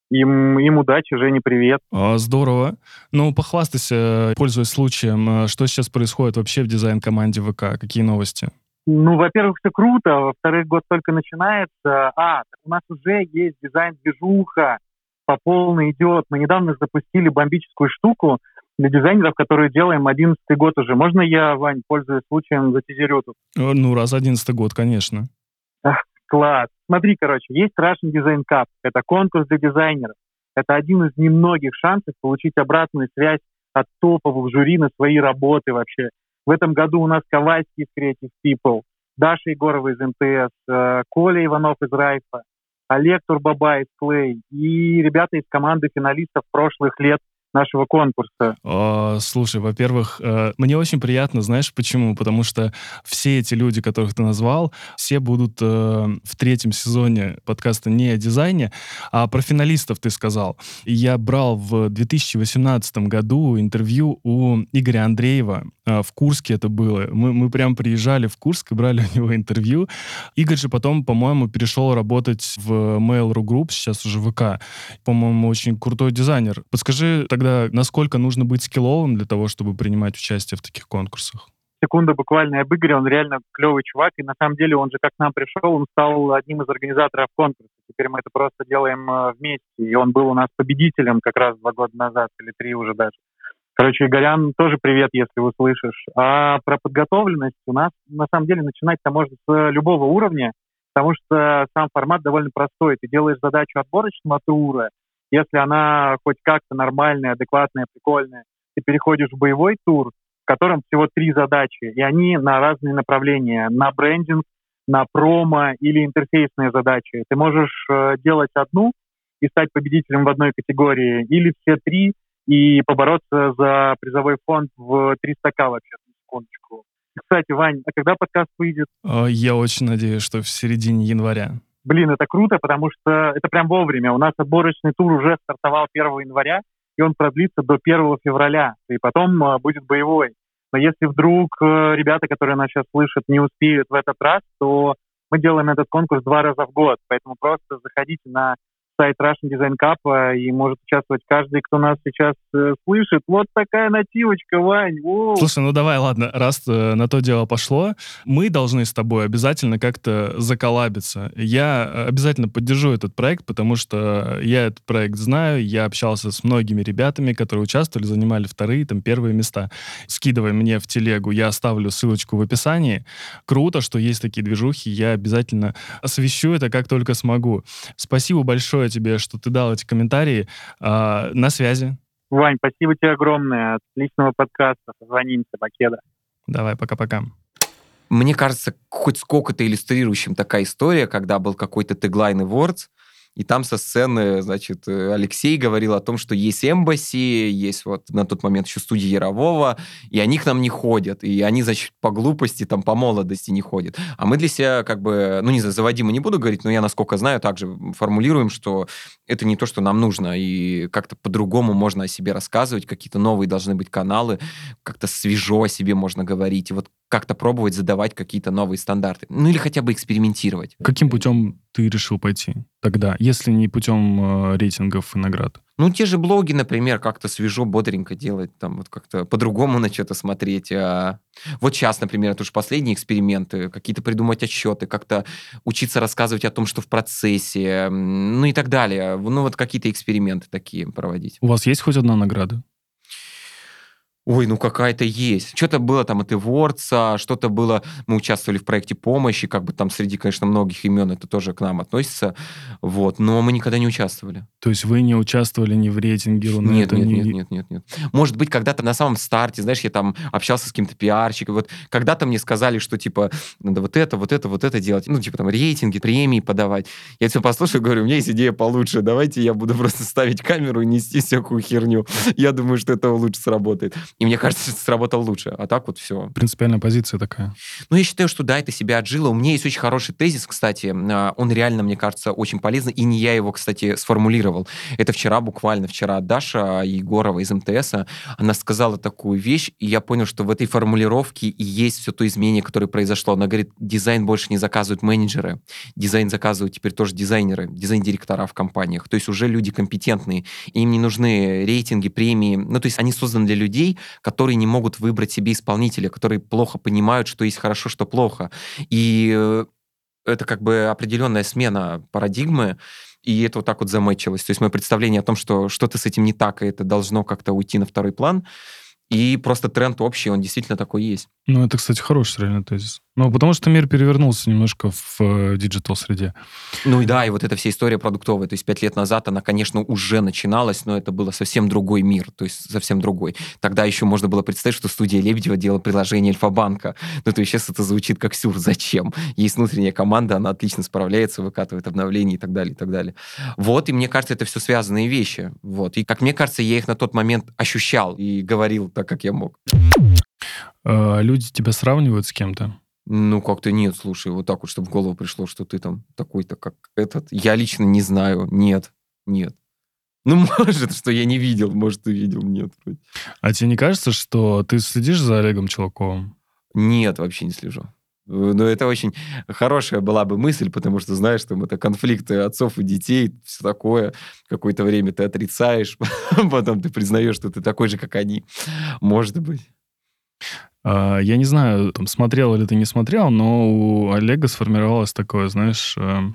Им, им удачи, Жене, привет. А, здорово. Ну, похвастайся, пользуясь случаем, что сейчас происходит вообще в дизайн-команде ВК? Какие новости? Ну, во-первых, все круто, во-вторых, год только начинается. А, у нас уже есть дизайн-движуха, по полной идет. Мы недавно запустили бомбическую штуку для дизайнеров, которую делаем одиннадцатый год уже. Можно я, Вань, пользуясь случаем, затизерю тут? Ну, раз одиннадцатый год, конечно. Ах, класс. Смотри, короче, есть Russian Design Cup. Это конкурс для дизайнеров. Это один из немногих шансов получить обратную связь от топовых жюри на свои работы вообще. В этом году у нас Ковальский из Creative People, Даша Егорова из эм тэ эс, Коля Иванов из Райфа, Олег Турбаба из Клей и ребята из команды финалистов прошлых лет нашего конкурса. О, слушай, во-первых, э, мне очень приятно, знаешь почему? Потому что все эти люди, которых ты назвал, все будут э, в третьем сезоне подкаста не о дизайне, а про финалистов ты сказал. И я брал в две тысячи восемнадцатом году интервью у Игоря Андреева. Э, в Курске это было. Мы, мы прям приезжали в Курск и брали у него интервью. Игорь же потом, по-моему, перешел работать в Mail.ru Group, сейчас уже ВК. По-моему, очень крутой дизайнер. Подскажи тогда, насколько нужно быть скилловым для того, чтобы принимать участие в таких конкурсах? Секунда буквально об Игоре, он реально клевый чувак, и на самом деле он же как к нам пришел, он стал одним из организаторов конкурса. Теперь мы это просто делаем вместе, и он был у нас победителем как раз два года назад, или три уже даже. Короче, Игорян, тоже привет, если услышишь. А про подготовленность у нас, на самом деле, начинать-то можно с любого уровня, потому что сам формат довольно простой. Ты делаешь задачу отборочного тура, если она хоть как-то нормальная, адекватная, прикольная, ты переходишь в боевой тур, в котором всего три задачи, и они на разные направления, на брендинг, на промо или интерфейсные задачи. Ты можешь э, делать одну и стать победителем в одной категории, или все три и побороться за призовой фонд в триста тысяч вообще, на секундочку. Кстати, Вань, а когда подкаст выйдет? Я очень надеюсь, что в середине января. Блин, это круто, потому что это прям вовремя. У нас отборочный тур уже стартовал первого января, и он продлится до первого февраля, и потом э, будет боевой. Но если вдруг э, ребята, которые нас сейчас слышат, не успеют в этот раз, то мы делаем этот конкурс два раза в год. Поэтому просто заходите на сайт Russian Design Cup, и может участвовать каждый, кто нас сейчас э, слышит. Вот такая нативочка, Вань. Воу. Слушай, ну давай, ладно, раз э, на то дело пошло, мы должны с тобой обязательно как-то заколлабиться. Я обязательно поддержу этот проект, потому что я этот проект знаю, я общался с многими ребятами, которые участвовали, занимали вторые, там, первые места. Скидывай мне в телегу, я оставлю ссылочку в описании. Круто, что есть такие движухи, я обязательно освещу это как только смогу. Спасибо большое тебе, что ты дал эти комментарии. А, на связи. Вань, спасибо тебе огромное. Отличного подкаста. Позвонимся, покеда. Давай, пока-пока. Мне кажется, хоть сколько-то иллюстрирующим такая история, когда был какой-то теглайн Awards, и там со сцены, значит, Алексей говорил о том, что есть Embassy, есть вот на тот момент еще студия Ярового, и они к нам не ходят, и они, значит, по глупости, там, по молодости не ходят. А мы для себя, как бы, ну, не знаю, за Вадима не буду говорить, но я, насколько знаю, также формулируем, что это не то, что нам нужно, и как-то по-другому можно о себе рассказывать, какие-то новые должны быть каналы, как-то свежо о себе можно говорить, и вот как-то пробовать задавать какие-то новые стандарты. Ну, или хотя бы экспериментировать. Каким путем ты решил пойти тогда, если не путем э, рейтингов и наград? Ну, те же блоги, например, как-то свежо, бодренько делать, там вот как-то по-другому на что-то смотреть. А вот сейчас, например, это уж последние эксперименты, какие-то придумать отчеты, как-то учиться рассказывать о том, что в процессе, ну и так далее. Ну, вот какие-то эксперименты такие проводить. У вас есть хоть одна награда? Ой, ну какая-то есть. Что-то было там от Эвордса, что-то было... Мы участвовали в проекте помощи, как бы там среди, конечно, многих имен это тоже к нам относится. Вот. Но мы никогда не участвовали. То есть вы не участвовали ни в рейтинге Рунета? Нет, нет, ни... нет, нет, нет, нет. Может быть, когда-то на самом старте, знаешь, я там общался с каким-то пиарщиком, вот когда-то мне сказали, что, типа, надо вот это, вот это, вот это делать. Ну, типа, там, рейтинги, премии подавать. Я все послушаю, говорю, у меня есть идея получше, давайте я буду просто ставить камеру и нести всякую херню. Я думаю, что это лучше сработает. И мне кажется, это сработало лучше. А так вот все. Принципиальная позиция такая. Ну, я считаю, что да, это себя отжило. У меня есть очень хороший тезис, кстати. Он реально, мне кажется, очень полезный. И не я его, кстати, сформулировал. Это вчера, буквально вчера, Даша Егорова из эм тэ эса, она сказала такую вещь, и я понял, что в этой формулировке и есть все то изменение, которое произошло. Она говорит, дизайн больше не заказывают менеджеры, дизайн заказывают теперь тоже дизайнеры, дизайн-директора в компаниях. То есть уже люди компетентные, им не нужны рейтинги, премии. Ну, то есть они созданы для людей, которые не могут выбрать себе исполнителя, которые плохо понимают, что есть хорошо, что плохо. И это как бы определенная смена парадигмы, и это вот так вот замэчилось. То есть мое представление о том, что что-то с этим не так, и это должно как-то уйти на второй план, и просто тренд общий, он действительно такой есть. Ну, это, кстати, хороший реально тезис. Ну, потому что мир перевернулся немножко в диджитал-среде. Ну и да, и вот эта вся история продуктовая, то есть пять лет назад она, конечно, уже начиналась, но это был совсем другой мир, то есть совсем другой. Тогда еще можно было представить, что студия Лебедева делала приложение Альфа-банка. Ну, то есть сейчас это звучит как сюр. Зачем? Есть внутренняя команда, она отлично справляется, выкатывает обновления и так далее, и так далее. Вот, и мне кажется, это все связанные вещи. Вот. И, как мне кажется, я их на тот момент ощущал и говорил так, как я мог. А люди тебя сравнивают с кем-то? Ну, как-то нет, слушай, вот так вот, чтобы в голову пришло, что ты там такой-то, как этот. Я лично не знаю. Нет, нет. Ну, может, что я не видел, может, ты видел, нет. Вроде. А тебе не кажется, что ты следишь за Олегом Челоковым? Нет, вообще не слежу. Но это очень хорошая была бы мысль, потому что, знаешь, там это конфликты отцов и детей, все такое. Какое-то время ты отрицаешь, потом ты признаешь, что ты такой же, как они. Может быть. Я не знаю, там, смотрел или ты не смотрел, но у Олега сформировалось такое, знаешь,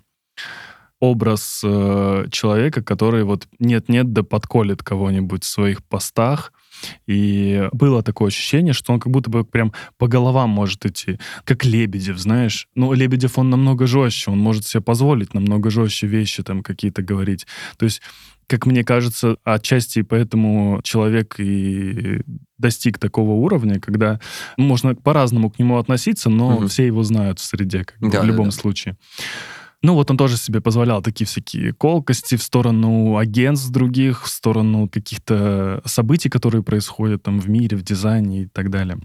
образ человека, который вот нет-нет, да подколет кого-нибудь в своих постах. И было такое ощущение, что он как будто бы прям по головам может идти. Как Лебедев, знаешь. Ну, Лебедев, он намного жестче, он может себе позволить намного жестче вещи там какие-то говорить. То есть, как мне кажется, отчасти поэтому человек и достиг такого уровня, когда можно по-разному к нему относиться, но угу. все его знают в среде, как бы, да, в любом да, да. случае. Ну, вот он тоже себе позволял такие всякие колкости в сторону агентств других, в сторону каких-то событий, которые происходят там в мире, в дизайне и так далее.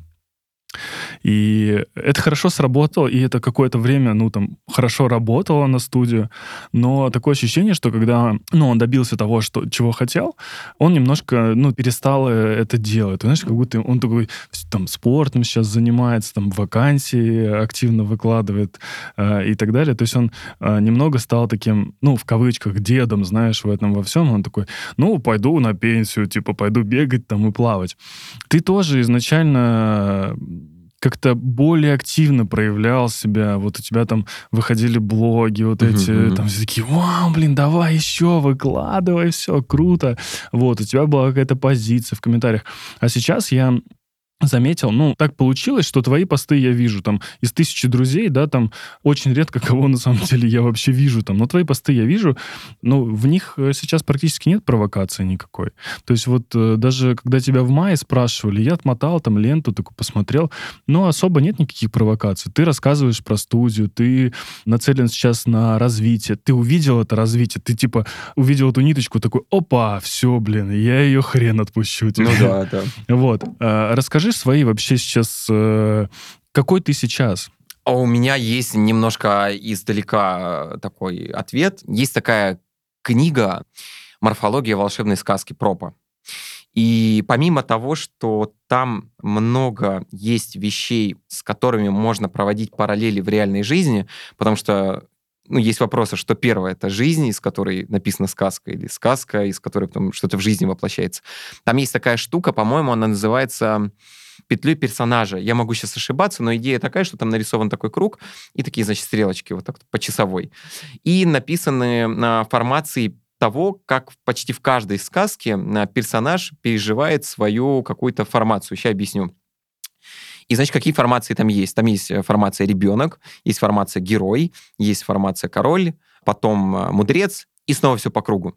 И это хорошо сработало, и это какое-то время, ну, там, хорошо работало на студию, но такое ощущение, что когда, ну, он добился того, что, чего хотел, он немножко, ну, перестал это делать. Ты знаешь, как будто он такой, там, спортом сейчас занимается, там, вакансии активно выкладывает э, и так далее. То есть он э, немного стал таким, ну, в кавычках, дедом, знаешь, в этом во всем. Он такой, ну, пойду на пенсию, типа, пойду бегать там и плавать. Ты тоже изначально как-то более активно проявлял себя. Вот у тебя там выходили блоги, вот uh-huh, эти, uh-huh. там все такие, вау, блин, давай еще, выкладывай, все, круто. Вот, у тебя была какая-то позиция в комментариях. А сейчас я заметил, ну, так получилось, что твои посты я вижу, там, из тысячи друзей, да, там, очень редко кого, на самом деле, я вообще вижу, там, но твои посты я вижу, но в них сейчас практически нет провокации никакой. То есть вот даже когда тебя в мае спрашивали, я отмотал там ленту, такой посмотрел, но особо нет никаких провокаций. Ты рассказываешь про студию, ты нацелен сейчас на развитие, ты увидел это развитие, ты, типа, увидел эту ниточку, такой, опа, все, блин, я ее хрен отпущу. Ну да, да. Вот. Расскажи свои вообще сейчас... Э, какой ты сейчас? А у меня есть немножко издалека такой ответ. Есть такая книга «Морфология волшебной сказки» Пропа. И помимо того, что там много есть вещей, с которыми можно проводить параллели в реальной жизни, потому что ну, есть вопросы, что первое — это жизнь, из которой написана сказка, или сказка, из которой потом что-то в жизни воплощается. Там есть такая штука, по-моему, она называется петлей персонажа. Я могу сейчас ошибаться, но идея такая, что там нарисован такой круг и такие, значит, стрелочки вот так по часовой. И написаны на формации того, как почти в каждой сказке персонаж переживает свою какую-то формацию. Сейчас объясню. И, значит, какие формации там есть? Там есть формация ребенок, есть формация герой, есть формация король, потом мудрец, и снова все по кругу.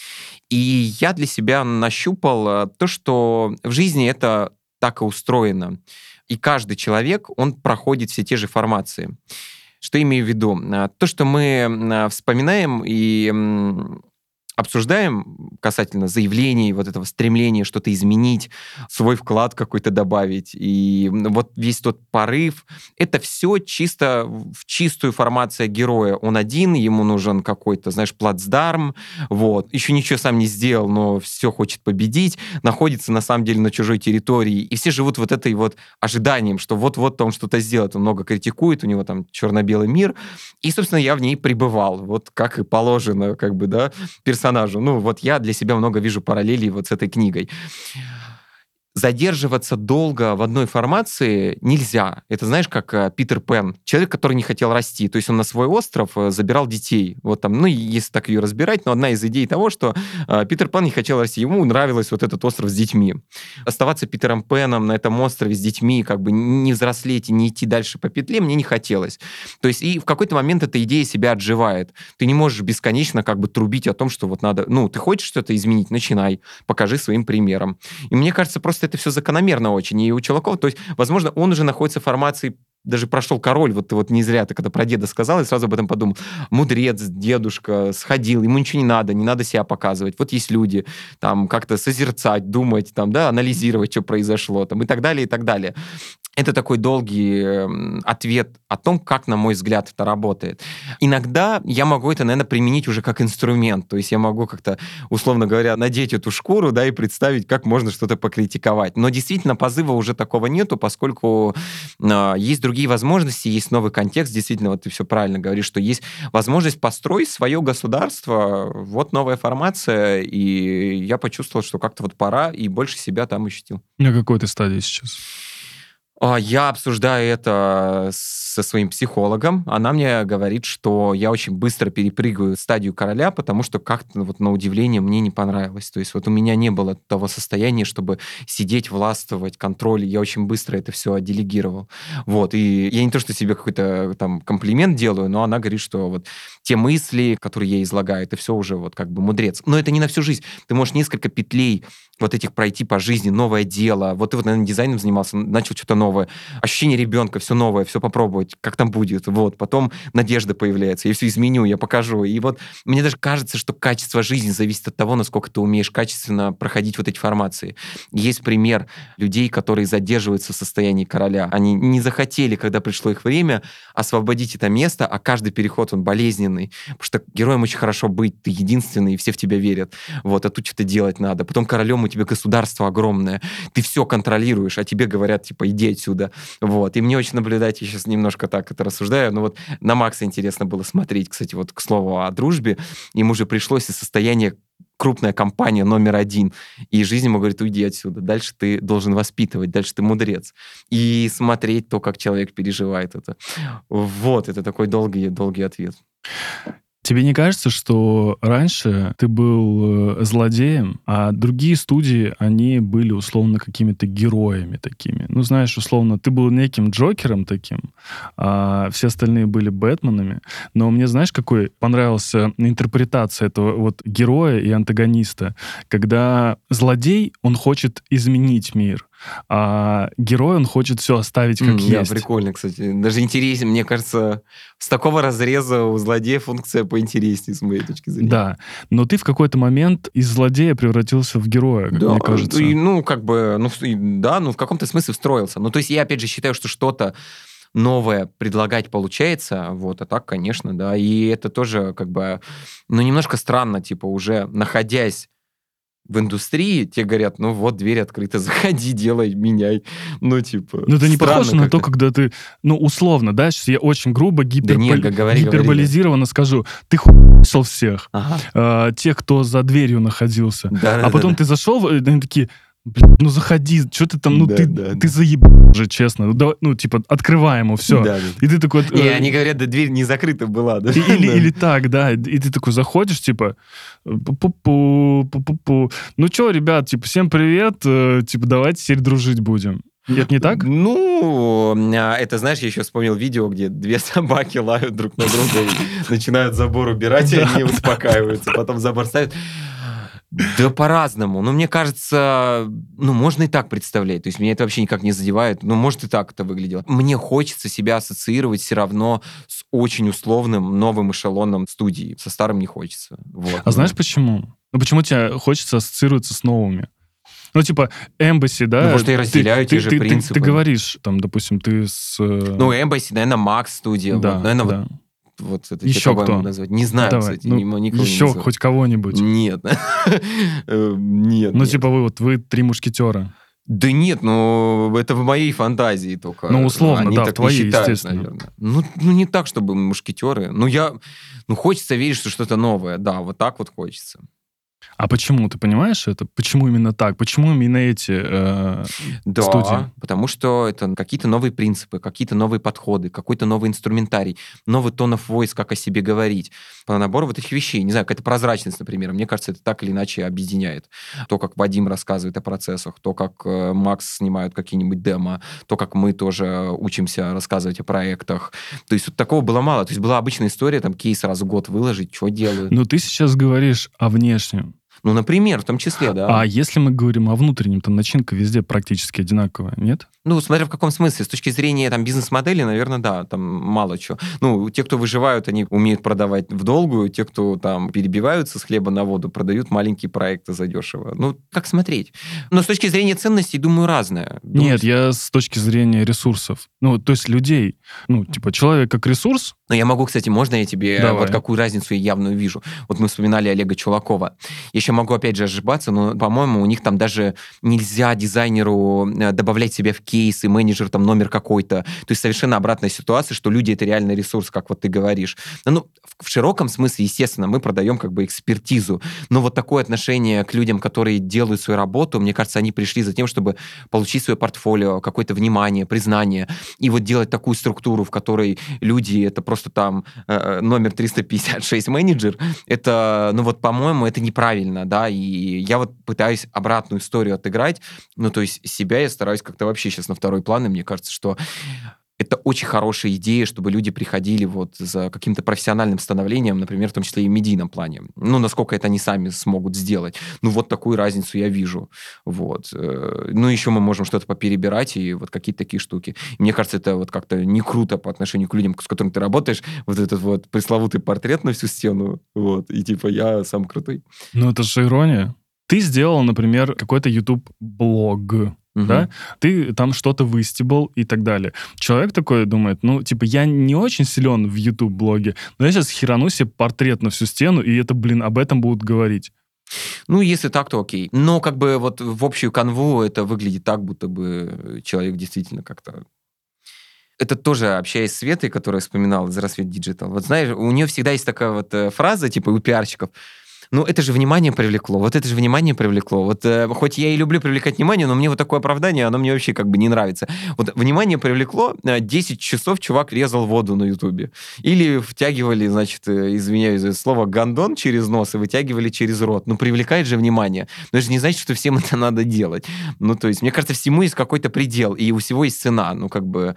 И я для себя нащупал то, что в жизни это так и устроено. И каждый человек, он проходит все те же формации. Что имею в виду? То, что мы вспоминаем и обсуждаем касательно заявлений, вот этого стремления что-то изменить, свой вклад какой-то добавить. И вот весь тот порыв, это все чисто в чистую формация героя. Он один, ему нужен какой-то, знаешь, плацдарм, вот. Еще ничего сам не сделал, но все хочет победить, находится на самом деле на чужой территории. И все живут вот этой вот ожиданием, что вот-вот он что-то сделает. Он много критикует, у него там черно-белый мир. И, собственно, я в ней пребывал. Вот как и положено, как бы, да, персонажу. Ну, вот я для себя много вижу параллелей вот с этой книгой. Задерживаться долго в одной формации нельзя. Это, знаешь, как э, Питер Пен, человек, который не хотел расти. То есть он на свой остров э, забирал детей. Вот там, ну, если так ее разбирать, но одна из идей того, что э, Питер Пен не хотел расти. Ему нравилось вот этот остров с детьми. Оставаться Питером Пеном на этом острове с детьми, как бы не взрослеть и не идти дальше по петле, мне не хотелось. То есть и в какой-то момент эта идея себя отживает. Ты не можешь бесконечно как бы трубить о том, что вот надо... Ну, ты хочешь что-то изменить? Начинай. Покажи своим примером. И мне кажется, просто это все закономерно очень. И у Челакова, то есть, возможно, он уже находится в формации, даже прошел король, вот ты вот не зря ты когда про деда сказал, и сразу об этом подумал. Мудрец, дедушка, сходил, ему ничего не надо, не надо себя показывать. Вот есть люди, там, как-то созерцать, думать, там, да, анализировать, что произошло, там, и так далее, и так далее. Это такой долгий ответ о том, как, на мой взгляд, это работает. Иногда я могу это, наверное, применить уже как инструмент. То есть я могу как-то, условно говоря, надеть эту шкуру, да, и представить, как можно что-то покритиковать. Но действительно позыва уже такого нету, поскольку э, есть другие возможности, есть новый контекст. Действительно, вот ты все правильно говоришь, что есть возможность построить свое государство. Вот новая формация, и я почувствовал, что как-то вот пора, и больше себя там ощутил. На какой ты стадии сейчас? Я обсуждаю это со своим психологом. Она мне говорит, что я очень быстро перепрыгиваю стадию короля, потому что как-то вот на удивление мне не понравилось. То есть вот у меня не было того состояния, чтобы сидеть, властвовать, контроль. Я очень быстро это все делегировал. Вот. И я не то, что себе какой-то там комплимент делаю, но она говорит, что вот те мысли, которые я излагаю, это все уже вот как бы мудрец. Но это не на всю жизнь. Ты можешь несколько петлей вот этих пройти по жизни, новое дело. Вот ты вот, наверное, дизайном занимался, начал что-то новое. Ощущение ребенка, все новое, все попробовать, как там будет. Вот. Потом надежда появляется. Я все изменю, я покажу. И вот мне даже кажется, что качество жизни зависит от того, насколько ты умеешь качественно проходить вот эти формации. Есть пример людей, которые задерживаются в состоянии короля. Они не захотели, когда пришло их время, освободить это место, а каждый переход, он болезненный. Потому что героем очень хорошо быть, ты единственный, и все в тебя верят. Вот. А тут что-то делать надо. Потом королем у тебя государство огромное. Ты все контролируешь, а тебе говорят, типа, иди отсюда. Вот. И мне очень наблюдать, я сейчас немножко так это рассуждаю, но вот на Макса интересно было смотреть, кстати, вот к слову о дружбе. Ему же пришлось из состояния крупная компания номер один. И жизнь ему говорит, уйди отсюда. Дальше ты должен воспитывать, дальше ты мудрец. И смотреть то, как человек переживает это. Вот, это такой долгий-долгий ответ. Тебе не кажется, что раньше ты был злодеем, а другие студии, они были условно какими-то героями такими? Ну, знаешь, условно, ты был неким Джокером таким, а все остальные были Бэтменами. Но мне, знаешь, какой понравился интерпретация этого вот героя и антагониста, когда злодей, он хочет изменить мир, а герой, он хочет все оставить как mm, есть. Да, прикольно, кстати. Даже интереснее, мне кажется, с такого разреза у злодея функция поинтереснее, с моей точки зрения. Да, но ты в какой-то момент из злодея превратился в героя, как да, мне кажется. И, ну, как бы, ну, да, ну, в каком-то смысле встроился. Ну, то есть я, опять же, считаю, что что-то новое предлагать получается, вот, а так, конечно, да, и это тоже, как бы, ну, немножко странно, типа, уже находясь в индустрии, тебе говорят, ну вот, дверь открыта, заходи, делай, меняй. Ну, типа, Ну, это не похоже на как-то. то, когда ты, ну, условно, да, сейчас я очень грубо, гипербол... да нет, говори, гиперболизированно говори. скажу, ты хуйсал всех, ага. э, тех, кто за дверью находился. Да, а да, потом да, ты зашел, и они такие, блядь, ну заходи, что ты там, ну да, ты, да, ты да. заебал уже, честно. Ну, давай, ну, типа, открывай ему, все. Да, да. И ты такой... Не, э, они говорят, да дверь не закрыта была. Да? Или, да. или так, да. И ты такой заходишь, типа, пу-пу-пу, пу-пу-пу. Ну что, ребят, типа, всем привет, э, типа, давайте теперь дружить будем. Нет, не так? Ну, это, знаешь, я еще вспомнил видео, где две собаки лают друг на друга и начинают забор убирать, и они успокаиваются. Потом забор ставят. Да по-разному. Ну, мне кажется, ну, можно и так представлять. То есть меня это вообще никак не задевает. Ну, может, и так это выглядело. Мне хочется себя ассоциировать все равно с очень условным новым эшелоном студии. Со старым не хочется. Вот. А знаешь почему? Ну почему тебе хочется ассоциироваться с новыми? Ну, типа, Embassy, да? Ну, потому что я разделяю ты, те же ты, принципы. Ты, ты говоришь, там, допустим, ты с... Ну, Embassy, наверное, Max Studio. Да, вот, наверное, да. вот, вот это Еще кого я кто? могу назвать? Не знаю, Давай, кстати, ну, не, никого не еще назову. хоть кого-нибудь. Нет. Э, Нет. Ну, нет. типа, вы вот, вы три мушкетера. Да нет, ну, это в моей фантазии только. Ну, условно, Они да, в так твоей, не считают, естественно. наверное. Ну, ну, не так, чтобы мушкетеры. Ну, я... Ну, хочется верить, что что-то новое. Да, вот так вот хочется. А почему, ты понимаешь это? Почему именно так? Почему именно эти э, Да, студии? потому что это какие-то новые принципы, какие-то новые подходы, какой-то новый инструментарий, новый tone of voice, как о себе говорить. По набору вот этих вещей. Не знаю, какая-то прозрачность, например. Мне кажется, это так или иначе объединяет. То, как Вадим рассказывает о процессах, то, как э, Макс снимают какие-нибудь демо, то, как мы тоже учимся рассказывать о проектах. То есть вот такого было мало. То есть была обычная история, там кейс раз в год выложить, что делают. Но ты сейчас говоришь о внешнем. Ну, например, в том числе, да. А если мы говорим о внутреннем, там начинка везде практически одинаковая, нет? Ну, смотря в каком смысле. С точки зрения там бизнес-модели, наверное, да, там мало чего. Ну, те, кто выживают, они умеют продавать в долгую, те, кто там перебиваются с хлеба на воду, продают маленькие проекты задешево. Ну, как смотреть? Но с точки зрения ценностей, думаю, разное. Думаю, Нет, я с точки зрения ресурсов. Ну, то есть людей. Ну, типа, человек как ресурс. Но я могу, кстати, можно я тебе Давай. вот какую разницу я явную вижу? Вот мы вспоминали Олега Чулакова. Еще могу, опять же, ошибаться, но, по-моему, у них там даже нельзя дизайнеру добавлять себя в кейс, и менеджер там номер какой-то. То есть совершенно обратная ситуация, что люди — это реальный ресурс, как вот ты говоришь. Ну, в широком смысле, естественно, мы продаем как бы экспертизу. Но вот такое отношение к людям, которые делают свою работу, мне кажется, они пришли за тем, чтобы получить свое портфолио, какое-то внимание, признание, и вот делать такую структуру, в которой люди — это просто там э, номер триста пятьдесят шесть менеджер, это, ну вот, по-моему, это неправильно, да, и я вот пытаюсь обратную историю отыграть, ну, то есть себя я стараюсь как-то вообще сейчас на второй план, и мне кажется, что это очень хорошая идея, чтобы люди приходили вот за каким-то профессиональным становлением, например, в том числе и в медийном плане. Ну, насколько это они сами смогут сделать. Ну, вот такую разницу я вижу. Вот. Ну, еще мы можем что-то поперебирать, и вот какие-то такие штуки. И мне кажется, это вот как-то не круто по отношению к людям, с которыми ты работаешь. Вот этот вот пресловутый портрет на всю стену. Вот. И типа я сам крутой. Ну, это же ирония. Ты сделал, например, какой-то YouTube-блог. Угу. Да? Ты там что-то выстебал и так далее. Человек такой думает, ну, типа, я не очень силен в YouTube-блоге, но я сейчас херану себе портрет на всю стену, и это, блин, об этом будут говорить. Ну, если так, то окей. Но как бы вот в общую канву это выглядит так, будто бы человек действительно как-то... Это тоже, общаясь с Светой, которая вспоминала из Рассвет Digital. Вот знаешь, у нее всегда есть такая вот фраза, типа у пиарщиков, ну, это же внимание привлекло, вот это же внимание привлекло. Вот э, хоть я и люблю привлекать внимание, но мне вот такое оправдание, оно мне вообще как бы не нравится. Вот внимание привлекло, десять часов чувак резал воду на Ютубе. Или втягивали, значит, э, извиняюсь за слово, гондон через нос и вытягивали через рот. Ну, привлекает же внимание. Но это же не значит, что всем это надо делать. Ну, то есть, мне кажется, всему есть какой-то предел, и у всего есть цена. Ну, как бы...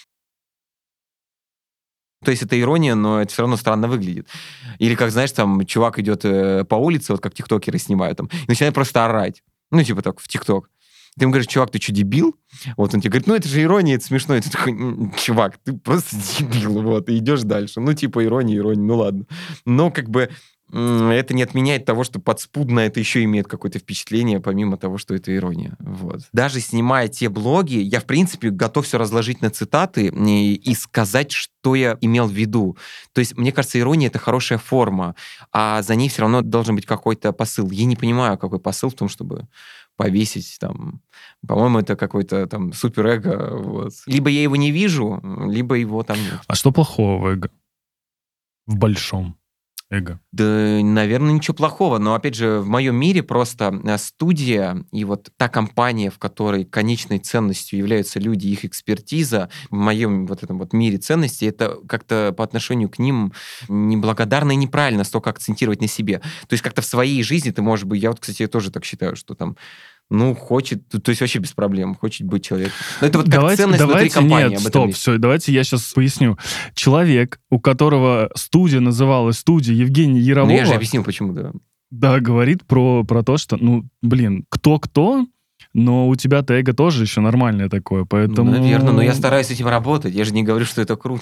То есть это ирония, но это все равно странно выглядит. Или как, знаешь, там чувак идет э, по улице, вот как тиктокеры снимают, там, и начинает просто орать. Ну, типа так, в тикток. Ты ему говоришь, чувак, ты что, дебил? Вот он тебе говорит, ну, это же ирония, это смешно. И ты такой, чувак, ты просто дебил, вот, и идешь дальше. Ну, типа, ирония, ирония, ну, ладно. Но, как бы, это не отменяет того, что подспудно это еще имеет какое-то впечатление, помимо того, что это ирония. Вот. Даже снимая те блоги, я, в принципе, готов все разложить на цитаты и, и сказать, что я имел в виду. То есть, мне кажется, ирония — это хорошая форма, а за ней все равно должен быть какой-то посыл. Я не понимаю, какой посыл в том, чтобы повесить там... По-моему, это какой-то там суперэго. Вот. Либо я его не вижу, либо его там нет. А что плохого в эго? В большом эго? Да, наверное, ничего плохого, но, опять же, в моем мире просто студия и вот та компания, в которой конечной ценностью являются люди, их экспертиза, в моем вот этом вот мире ценностей, это как-то по отношению к ним неблагодарно и неправильно столько акцентировать на себе. То есть как-то в своей жизни ты, может быть, я вот, кстати, тоже так считаю, что там ну, хочет, то есть вообще без проблем, хочет быть человеком. Но это вот как давайте, ценность давайте, внутри компании. Нет, об этом стоп, есть. все, давайте я сейчас поясню. Человек, у которого студия называлась студия Евгения Ярового... Ну, я же объяснил, почему, да. Да, говорит про, про то, что, ну, блин, кто-кто, Но у тебя-то эго тоже еще нормальное такое, поэтому... Ну, наверное, но я стараюсь с этим работать. Я же не говорю, что это круто.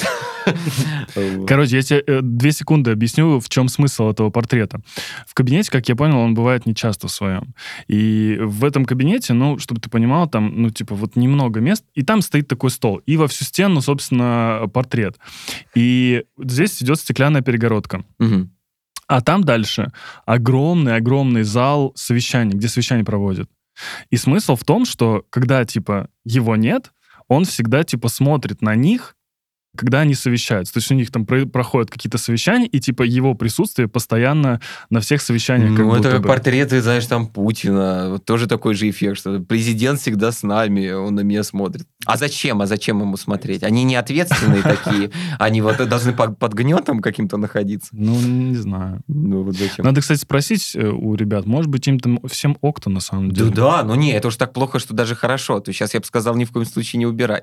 Короче, я тебе э, две секунды объясню, в чем смысл этого портрета. В кабинете, как я понял, он бывает нечасто в своем. И в этом кабинете, ну, чтобы ты понимал, там, ну, типа, вот немного мест, и там стоит такой стол. И во всю стену, собственно, портрет. И здесь идет стеклянная перегородка. Мгм. А там дальше огромный-огромный зал совещаний, где совещания проводят. И смысл в том, что когда, типа, его нет, он всегда, типа, смотрит на них, когда они совещаются. То есть у них там про- проходят какие-то совещания, и, типа, его присутствие постоянно на всех совещаниях как Ну, это будто как бы. портреты, знаешь, там Путина. Вот тоже такой же эффект, что президент всегда с нами, он на меня смотрит. А зачем? А зачем ему смотреть? Они не ответственные такие. Они вот должны под, под гнетом каким-то находиться. Ну, не знаю. Ну, вот зачем? Надо, кстати, спросить э, у ребят, может быть, им там всем ок-то на самом Да, деле. да, ну не, это уж так плохо, что даже хорошо. То есть сейчас я бы сказал, ни в коем случае не убирать.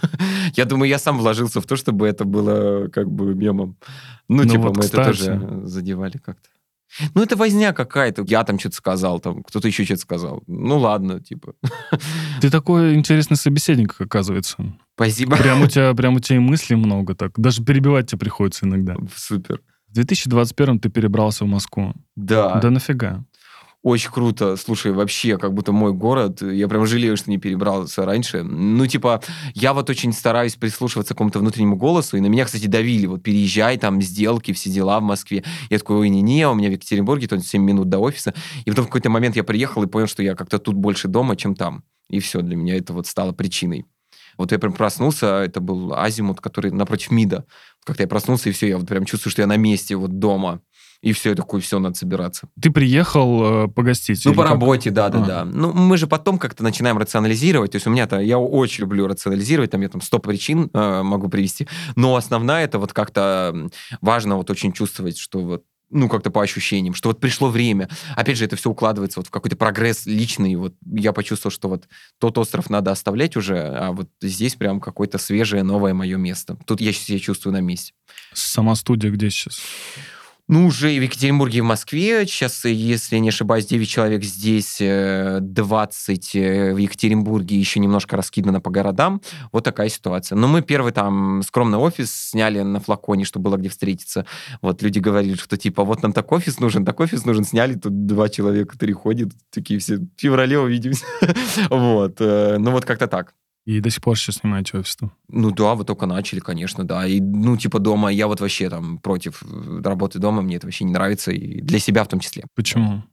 Я думаю, я сам вложился в то, чтобы это было как бы мемом. Ну, Ну типа, вот, мы это кстати. тоже задевали как-то. Ну, это возня какая-то. Я там что-то сказал, там кто-то еще что-то сказал. Ну, ладно, типа. Ты такой интересный собеседник, оказывается. Спасибо. Прям у тебя, прям у тебя и мыслей много так. Даже перебивать тебе приходится иногда. Супер. В две тысячи двадцать первом ты перебрался в Москву. Да. Да нафига? Очень круто. Слушай, вообще, как будто мой город. Я прям жалею, что не перебрался раньше. Ну, типа, я вот очень стараюсь прислушиваться к какому-то внутреннему голосу, и на меня, кстати, давили. Вот переезжай, там, сделки, все дела в Москве. Я такой, ой, не-не, у меня в Екатеринбурге, то семь минут до офиса. И потом в какой-то момент я приехал и понял, что я как-то тут больше дома, чем там. И все, для меня это вот стало причиной. Вот я прям проснулся, это был азимут, который напротив МИДа. Как-то я проснулся, и все, я вот прям чувствую, что я на месте, вот дома. И все, я такой, все, надо собираться. Ты приехал э, погостить? Ну, или по как? работе, да, да, А. да. Ну, мы же потом как-то начинаем рационализировать. То есть у меня-то, я очень люблю рационализировать, там я там сто причин э, могу привести. Но основная это вот как-то м, важно вот очень чувствовать, что вот ну, как-то по ощущениям, что вот пришло время. Опять же, это все укладывается вот в какой-то прогресс личный. Вот я почувствовал, что вот тот остров надо оставлять уже, а вот здесь прям какое-то свежее, новое мое место. Тут я себя чувствую на месте. Сама студия где сейчас? Ну, уже и в Екатеринбурге, и в Москве. Сейчас, если не ошибаюсь, девять человек здесь, э, двадцать э, в Екатеринбурге, еще немножко раскидано по городам. Вот такая ситуация. Но мы первый там скромный офис сняли на Флаконе, чтобы было где встретиться. Вот люди говорили, что типа вот нам так офис нужен, так офис нужен. Сняли, тут два человека, три ходят, такие все, в феврале увидимся. Вот. э, Ну, вот как-то так. И до сих пор сейчас снимаете офис-то? Ну да, вот только начали, конечно, да. И, ну, типа дома, я вот вообще там против э, работы дома, мне это вообще не нравится, и для себя в том числе. Почему?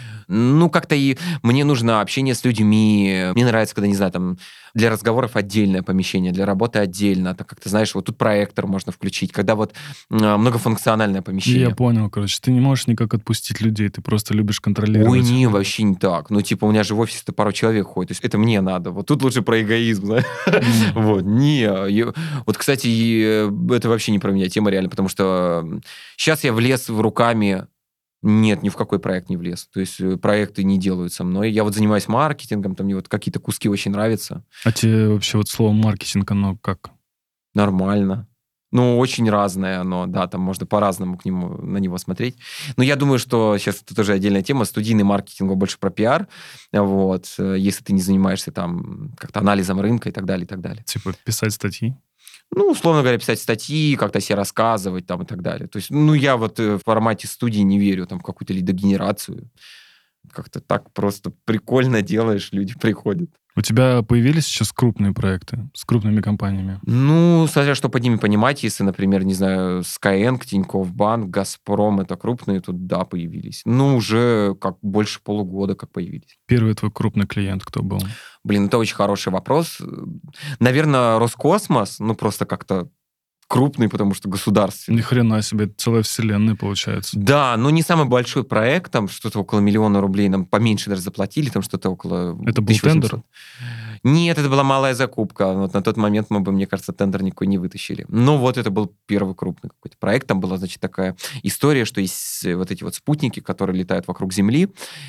Ну, как-то и мне нужно общение с людьми. Мне нравится, когда, не знаю, там для разговоров отдельное помещение, для работы отдельно. Так как ты знаешь, вот тут проектор можно включить, когда вот э, многофункциональное помещение. Я понял, короче. Ты не можешь никак отпустить людей, ты просто любишь контролировать. Ой, не, вообще не так. Ну, типа, у меня же в офисе-то пару человек ходит. То есть это мне надо. Вот тут лучше про эгоизм, знаешь. Вот, не. я- Вот, кстати, и, э, это вообще не про меня тема реально, потому что сейчас я влез в руками. Нет, ни в какой проект не влез. То есть э, проекты не делают со мной. Я вот занимаюсь маркетингом, там мне вот какие-то куски очень нравятся. А тебе вообще вот слово маркетинг, оно как? Нормально. Ну, очень разное оно, да, там можно по-разному к нему, на него смотреть. Но я думаю, что сейчас это тоже отдельная тема. Студийный маркетинг он больше про пиар. Вот. э, Если ты не занимаешься там как-то анализом рынка и так далее, и так далее. Типа писать статьи? Ну, условно говоря, писать статьи, как-то себе рассказывать там и так далее. То есть, ну, я вот э, в формате студии не верю там в какую-то лидогенерацию. Как-то так просто прикольно делаешь, люди приходят. У тебя появились сейчас крупные проекты с крупными компаниями? Ну, смотря что под ними понимать, если, например, не знаю, Skyeng, Тинькофф Банк, Газпром, это крупные, тут да, появились. Ну, уже как больше полугода как появились. Первый твой крупный клиент кто был? Блин, это очень хороший вопрос. Наверное, Роскосмос, ну, просто как-то крупный, потому что государственный. Ни хрена себе, это целая вселенная получается. Да, но не самый большой проект, там что-то около миллиона рублей, нам поменьше даже заплатили, там что-то около Это был тысяча восемьсот. тендер? Нет, это была малая закупка. Вот на тот момент мы бы, мне кажется, тендер никакой не вытащили. Ну вот это был первый крупный какой-то проект. Там была, значит, такая история, что есть вот эти вот спутники, которые летают вокруг Земли,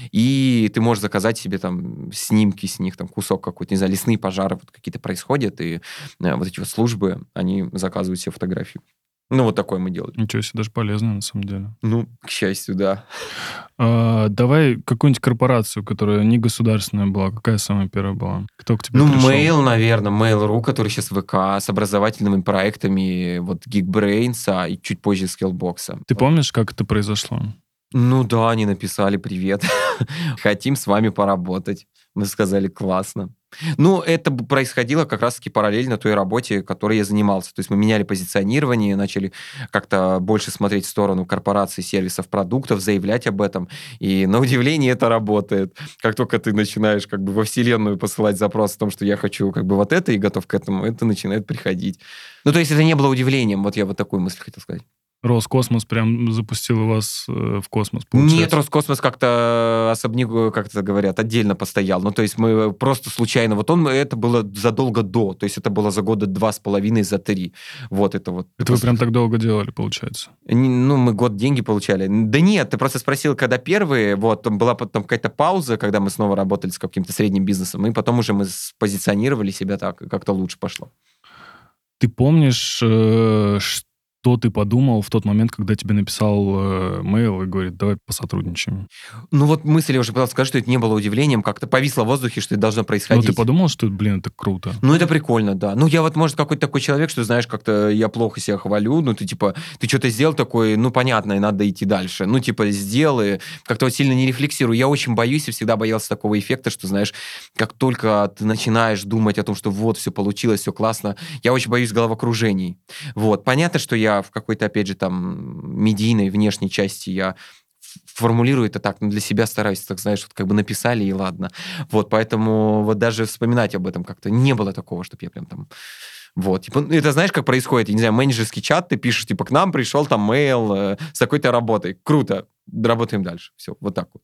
и ты можешь заказать себе там снимки с них, там кусок какой-то, не знаю, лесные пожары вот какие-то происходят, и э, вот эти вот службы, они заказывают себе фотографии. Ну, вот такой мы делали. Ничего себе, даже полезно, на самом деле. Ну, к счастью, да. А, давай какую-нибудь корпорацию, которая не государственная была. Какая самая первая была? Кто к тебе Ну, пришел? Mail, наверное, Mail.ru, который сейчас ВК, с образовательными проектами, вот Geekbrains, и чуть позже Skillbox. Ты помнишь, как это произошло? Ну да, они написали привет. Хотим с вами поработать. Мы сказали, классно. Ну, это б- происходило как раз-таки параллельно той работе, которой я занимался. То есть мы меняли позиционирование, начали как-то больше смотреть в сторону корпораций, сервисов, продуктов, заявлять об этом. И на удивление это работает. Как только ты начинаешь как бы во вселенную посылать запрос о том, что я хочу как бы вот это и готов к этому, это начинает приходить. Ну, то есть это не было удивлением. Вот я вот такую мысль хотел сказать. Роскосмос прям запустил вас э, в космос, получается? Нет, Роскосмос как-то особняк, как это говорят, отдельно постоял. Ну, то есть мы просто случайно... Вот он, это было задолго до. То есть это было за года два с половиной, за три. Вот это вот. Это вы прям так долго делали, получается? Не- Ну, мы год деньги получали. Да нет, ты просто спросил, когда первые. Вот, там была потом какая-то пауза, когда мы снова работали с каким-то средним бизнесом. И потом уже мы позиционировали себя так, и как-то лучше пошло. Ты помнишь, э, что ты подумал в тот момент, когда тебе написал э, мейл и говорит, давай посотрудничаем? Ну, вот мысль, я уже пытался сказать, что это не было удивлением, как-то повисло в воздухе, что это должно Ну, происходить. ты подумал, что, блин, это круто? Ну, это прикольно, да. Ну, я вот, может, какой-то такой человек, что, знаешь, как-то я плохо себя хвалю, ну, ты, типа, ты что-то сделал такое, ну, понятно, и надо идти дальше. Ну, типа, сделал, и как-то вот сильно не рефлексирую. Я очень боюсь и всегда боялся такого эффекта, что, знаешь, как только ты начинаешь думать о том, что вот, все получилось, все классно, я очень боюсь головокружений. Вот. Понятно, что я в какой-то, опять же, там, медийной внешней части я формулирую это так, но для себя стараюсь, так знаешь, вот как бы написали, и ладно. Вот, поэтому вот даже вспоминать об этом как-то не было такого, чтобы я прям там... Вот, типа, ну, это знаешь, как происходит, я не знаю, менеджерский чат, ты пишешь, типа, к нам пришел там мейл э, с такой-то работой. Круто, работаем дальше. Все, вот так вот.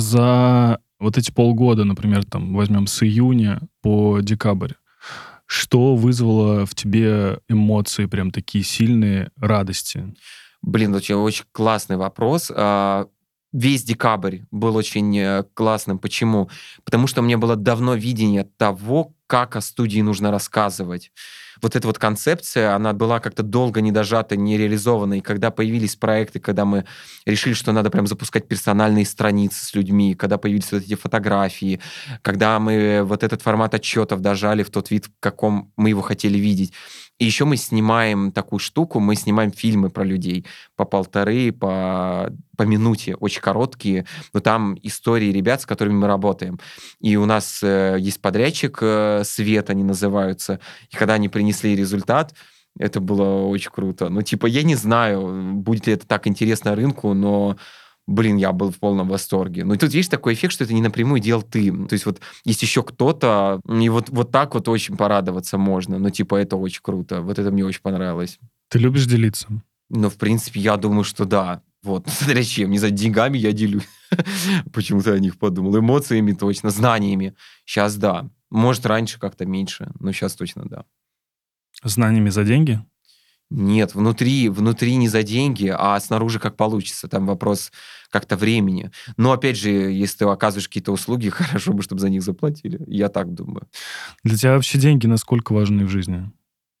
За вот эти полгода, например, там, возьмем с июня по декабрь, что вызвало в тебе эмоции прям такие сильные, радости? Блин, очень, очень классный вопрос. А, Весь декабрь был очень э, классным. Почему? Потому что у меня было давно видение того, как о студии нужно рассказывать. Вот эта вот концепция, она была как-то долго не дожата, не реализована. И когда появились проекты, когда мы решили, что надо прям запускать персональные страницы с людьми, когда появились вот эти фотографии, когда мы вот этот формат отчетов дожали в тот вид, в каком мы его хотели видеть. И еще мы снимаем такую штуку, мы снимаем фильмы про людей по полторы, по, по минуте, очень короткие, но там истории ребят, с которыми мы работаем. И у нас э, есть подрядчик, э, Свет они называются, и когда они принесли результат, это было очень круто. Ну, типа, я не знаю, будет ли это так интересно рынку, но, блин, я был в полном восторге. Ну, и тут, видишь, такой эффект, что это не напрямую делал ты. То есть вот есть еще кто-то, и вот, вот так вот очень порадоваться можно. Ну, типа, это очень круто. Вот это мне очень понравилось. Ты любишь делиться? Ну, в принципе, я думаю, что да. Вот, смотря чем. Не знаю, деньгами я делюсь. Почему-то о них подумал. Эмоциями точно, знаниями. Сейчас да. Может, раньше как-то меньше, но сейчас точно да. Знаниями за деньги? Нет, внутри, внутри не за деньги, а снаружи как получится. Там вопрос как-то времени. Но, опять же, если ты оказываешь какие-то услуги, хорошо бы, чтобы за них заплатили. Я так думаю. Для тебя вообще деньги насколько важны в жизни?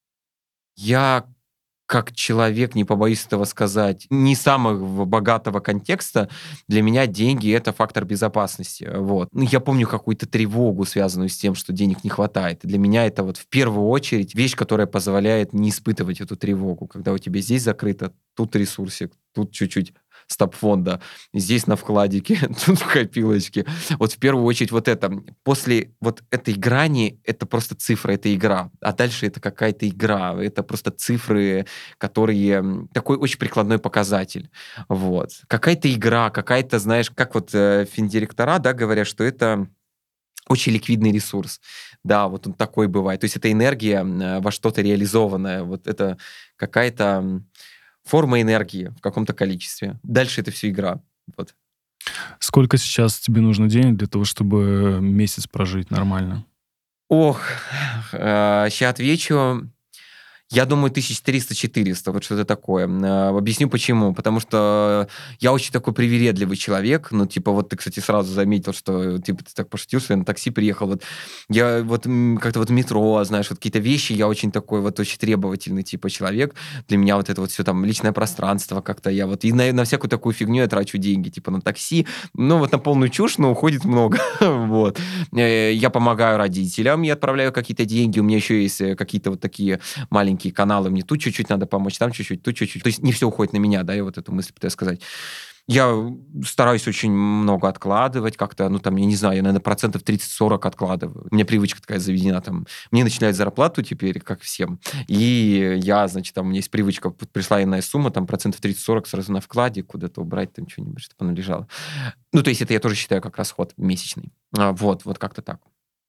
Я как человек, не побоюсь этого сказать, не самого богатого контекста, для меня деньги — это фактор безопасности. Вот. Ну, я помню какую-то тревогу, связанную с тем, что денег не хватает. И для меня это вот в первую очередь вещь, которая позволяет не испытывать эту тревогу. Когда у тебя здесь закрыто, тут ресурсик, тут чуть-чуть стабфонда, здесь на вкладике, тут в копилочке. Вот в первую очередь вот это. После вот этой грани это просто цифра, это игра. А дальше это какая-то игра. Это просто цифры, которые... Такой очень прикладной показатель. Вот. Какая-то игра, какая-то, знаешь, как вот э, финдиректора, да, говорят, что это очень ликвидный ресурс. Да, вот он такой бывает. То есть это энергия э, во что-то реализованная. Вот это какая-то форма энергии в каком-то количестве. Дальше это все игра. Вот. Сколько сейчас тебе нужно денег для того, чтобы месяц прожить нормально? Ох, э, сейчас отвечу. Я думаю, тысяч триста-четыреста, вот что-то такое. Объясню почему. Потому что я очень такой привередливый человек. Ну, типа, вот ты, кстати, сразу заметил, что, типа, ты так пошутил, что я на такси приехал. Вот я вот как-то вот метро, знаешь, вот какие-то вещи, я очень такой вот очень требовательный, типа, человек. Для меня вот это вот все там личное пространство как-то я вот... И на, на всякую такую фигню я трачу деньги, типа, на такси. Ну, вот на полную чушь, но уходит много. Вот. Я помогаю родителям, я отправляю какие-то деньги. У меня еще есть какие-то вот такие маленькие каналы, мне тут чуть-чуть надо помочь, там чуть-чуть, тут чуть-чуть. То есть не все уходит на меня, да, я вот эту мысль пытаюсь сказать. Я стараюсь очень много откладывать как-то, ну, там, я не знаю, я, наверное, процентов тридцать-сорок откладываю. У меня привычка такая заведена, там, мне начинают зарплату теперь, как всем, и я, значит, там, у меня есть привычка, пришла иная сумма, там, процентов тридцать-сорок сразу на вкладе, куда-то убрать, там, что-нибудь, чтобы оно лежало. Ну, то есть это я тоже считаю как расход месячный. Вот, вот как-то так.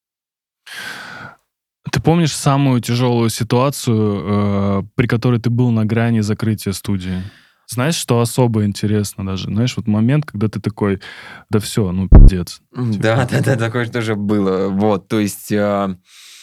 Ты помнишь самую тяжелую ситуацию, э, при которой ты был на грани закрытия студии? Знаешь, что особо интересно даже? Знаешь, вот момент, когда ты такой, да все, ну, пиздец. Да, да, да, такое тоже было. Вот, то есть... Э,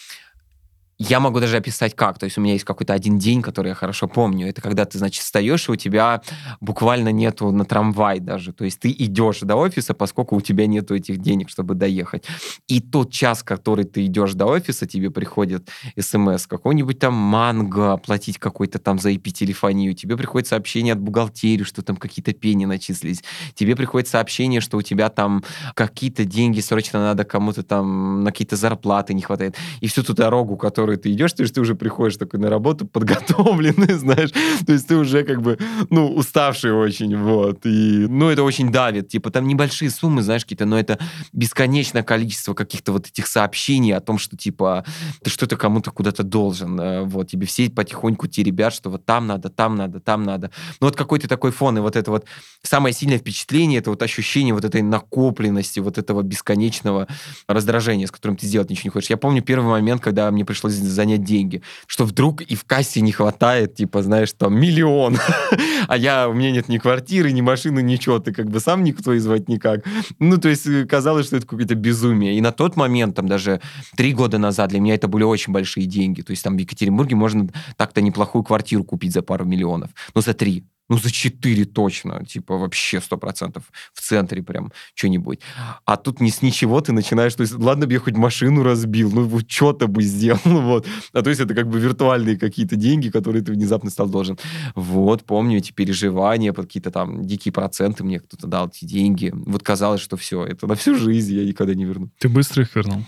я могу даже описать как. То есть у меня есть какой-то один день, который я хорошо помню. Это когда ты, значит, встаешь, и у тебя буквально нету на трамвай даже. То есть ты идешь до офиса, поскольку у тебя нету этих денег, чтобы доехать. И тот час, который ты идешь до офиса, тебе приходит смс какой-нибудь там манго, оплатить какой-то там за ай пи-телефонию. Тебе приходит сообщение от бухгалтерии, что там какие-то пени начислились. Тебе приходит сообщение, что у тебя там какие-то деньги срочно надо кому-то там на какие-то зарплаты не хватает. И всю ту дорогу, которую ты идешь, то есть ты уже приходишь такой на работу подготовленный, знаешь, то есть ты уже как бы, ну, уставший очень, вот, и, ну, это очень давит, типа, там небольшие суммы, знаешь, какие-то, но это бесконечное количество каких-то вот этих сообщений о том, что, типа, ты что-то кому-то куда-то должен, вот, тебе все потихоньку теребят, что вот там надо, там надо, там надо, ну, вот какой-то такой фон, и вот это вот самое сильное впечатление, это вот ощущение вот этой накопленности, вот этого бесконечного раздражения, с которым ты сделать ничего не хочешь. Я помню первый момент, когда мне пришлось занять деньги, что вдруг и в кассе не хватает, типа, знаешь, там, миллион, а я, у меня нет ни квартиры, ни машины, ничего, ты как бы сам никто и звать никак. Ну, то есть казалось, что это какое-то безумие. И на тот момент, там, даже три года назад для меня это были очень большие деньги. То есть там в Екатеринбурге можно так-то неплохую квартиру купить за пару миллионов. Ну, за три. Ну, за четыре точно, типа, вообще сто процентов в центре прям что-нибудь. А тут ни с ничего ты начинаешь, то есть, ладно бы я хоть машину разбил, ну, вот что-то бы сделал, вот. А то есть это как бы виртуальные какие-то деньги, которые ты внезапно стал должен. Вот, помню эти переживания, под какие-то там дикие проценты мне кто-то дал эти деньги. Вот казалось, что все, это на всю жизнь я никогда не верну. Ты быстро их вернул?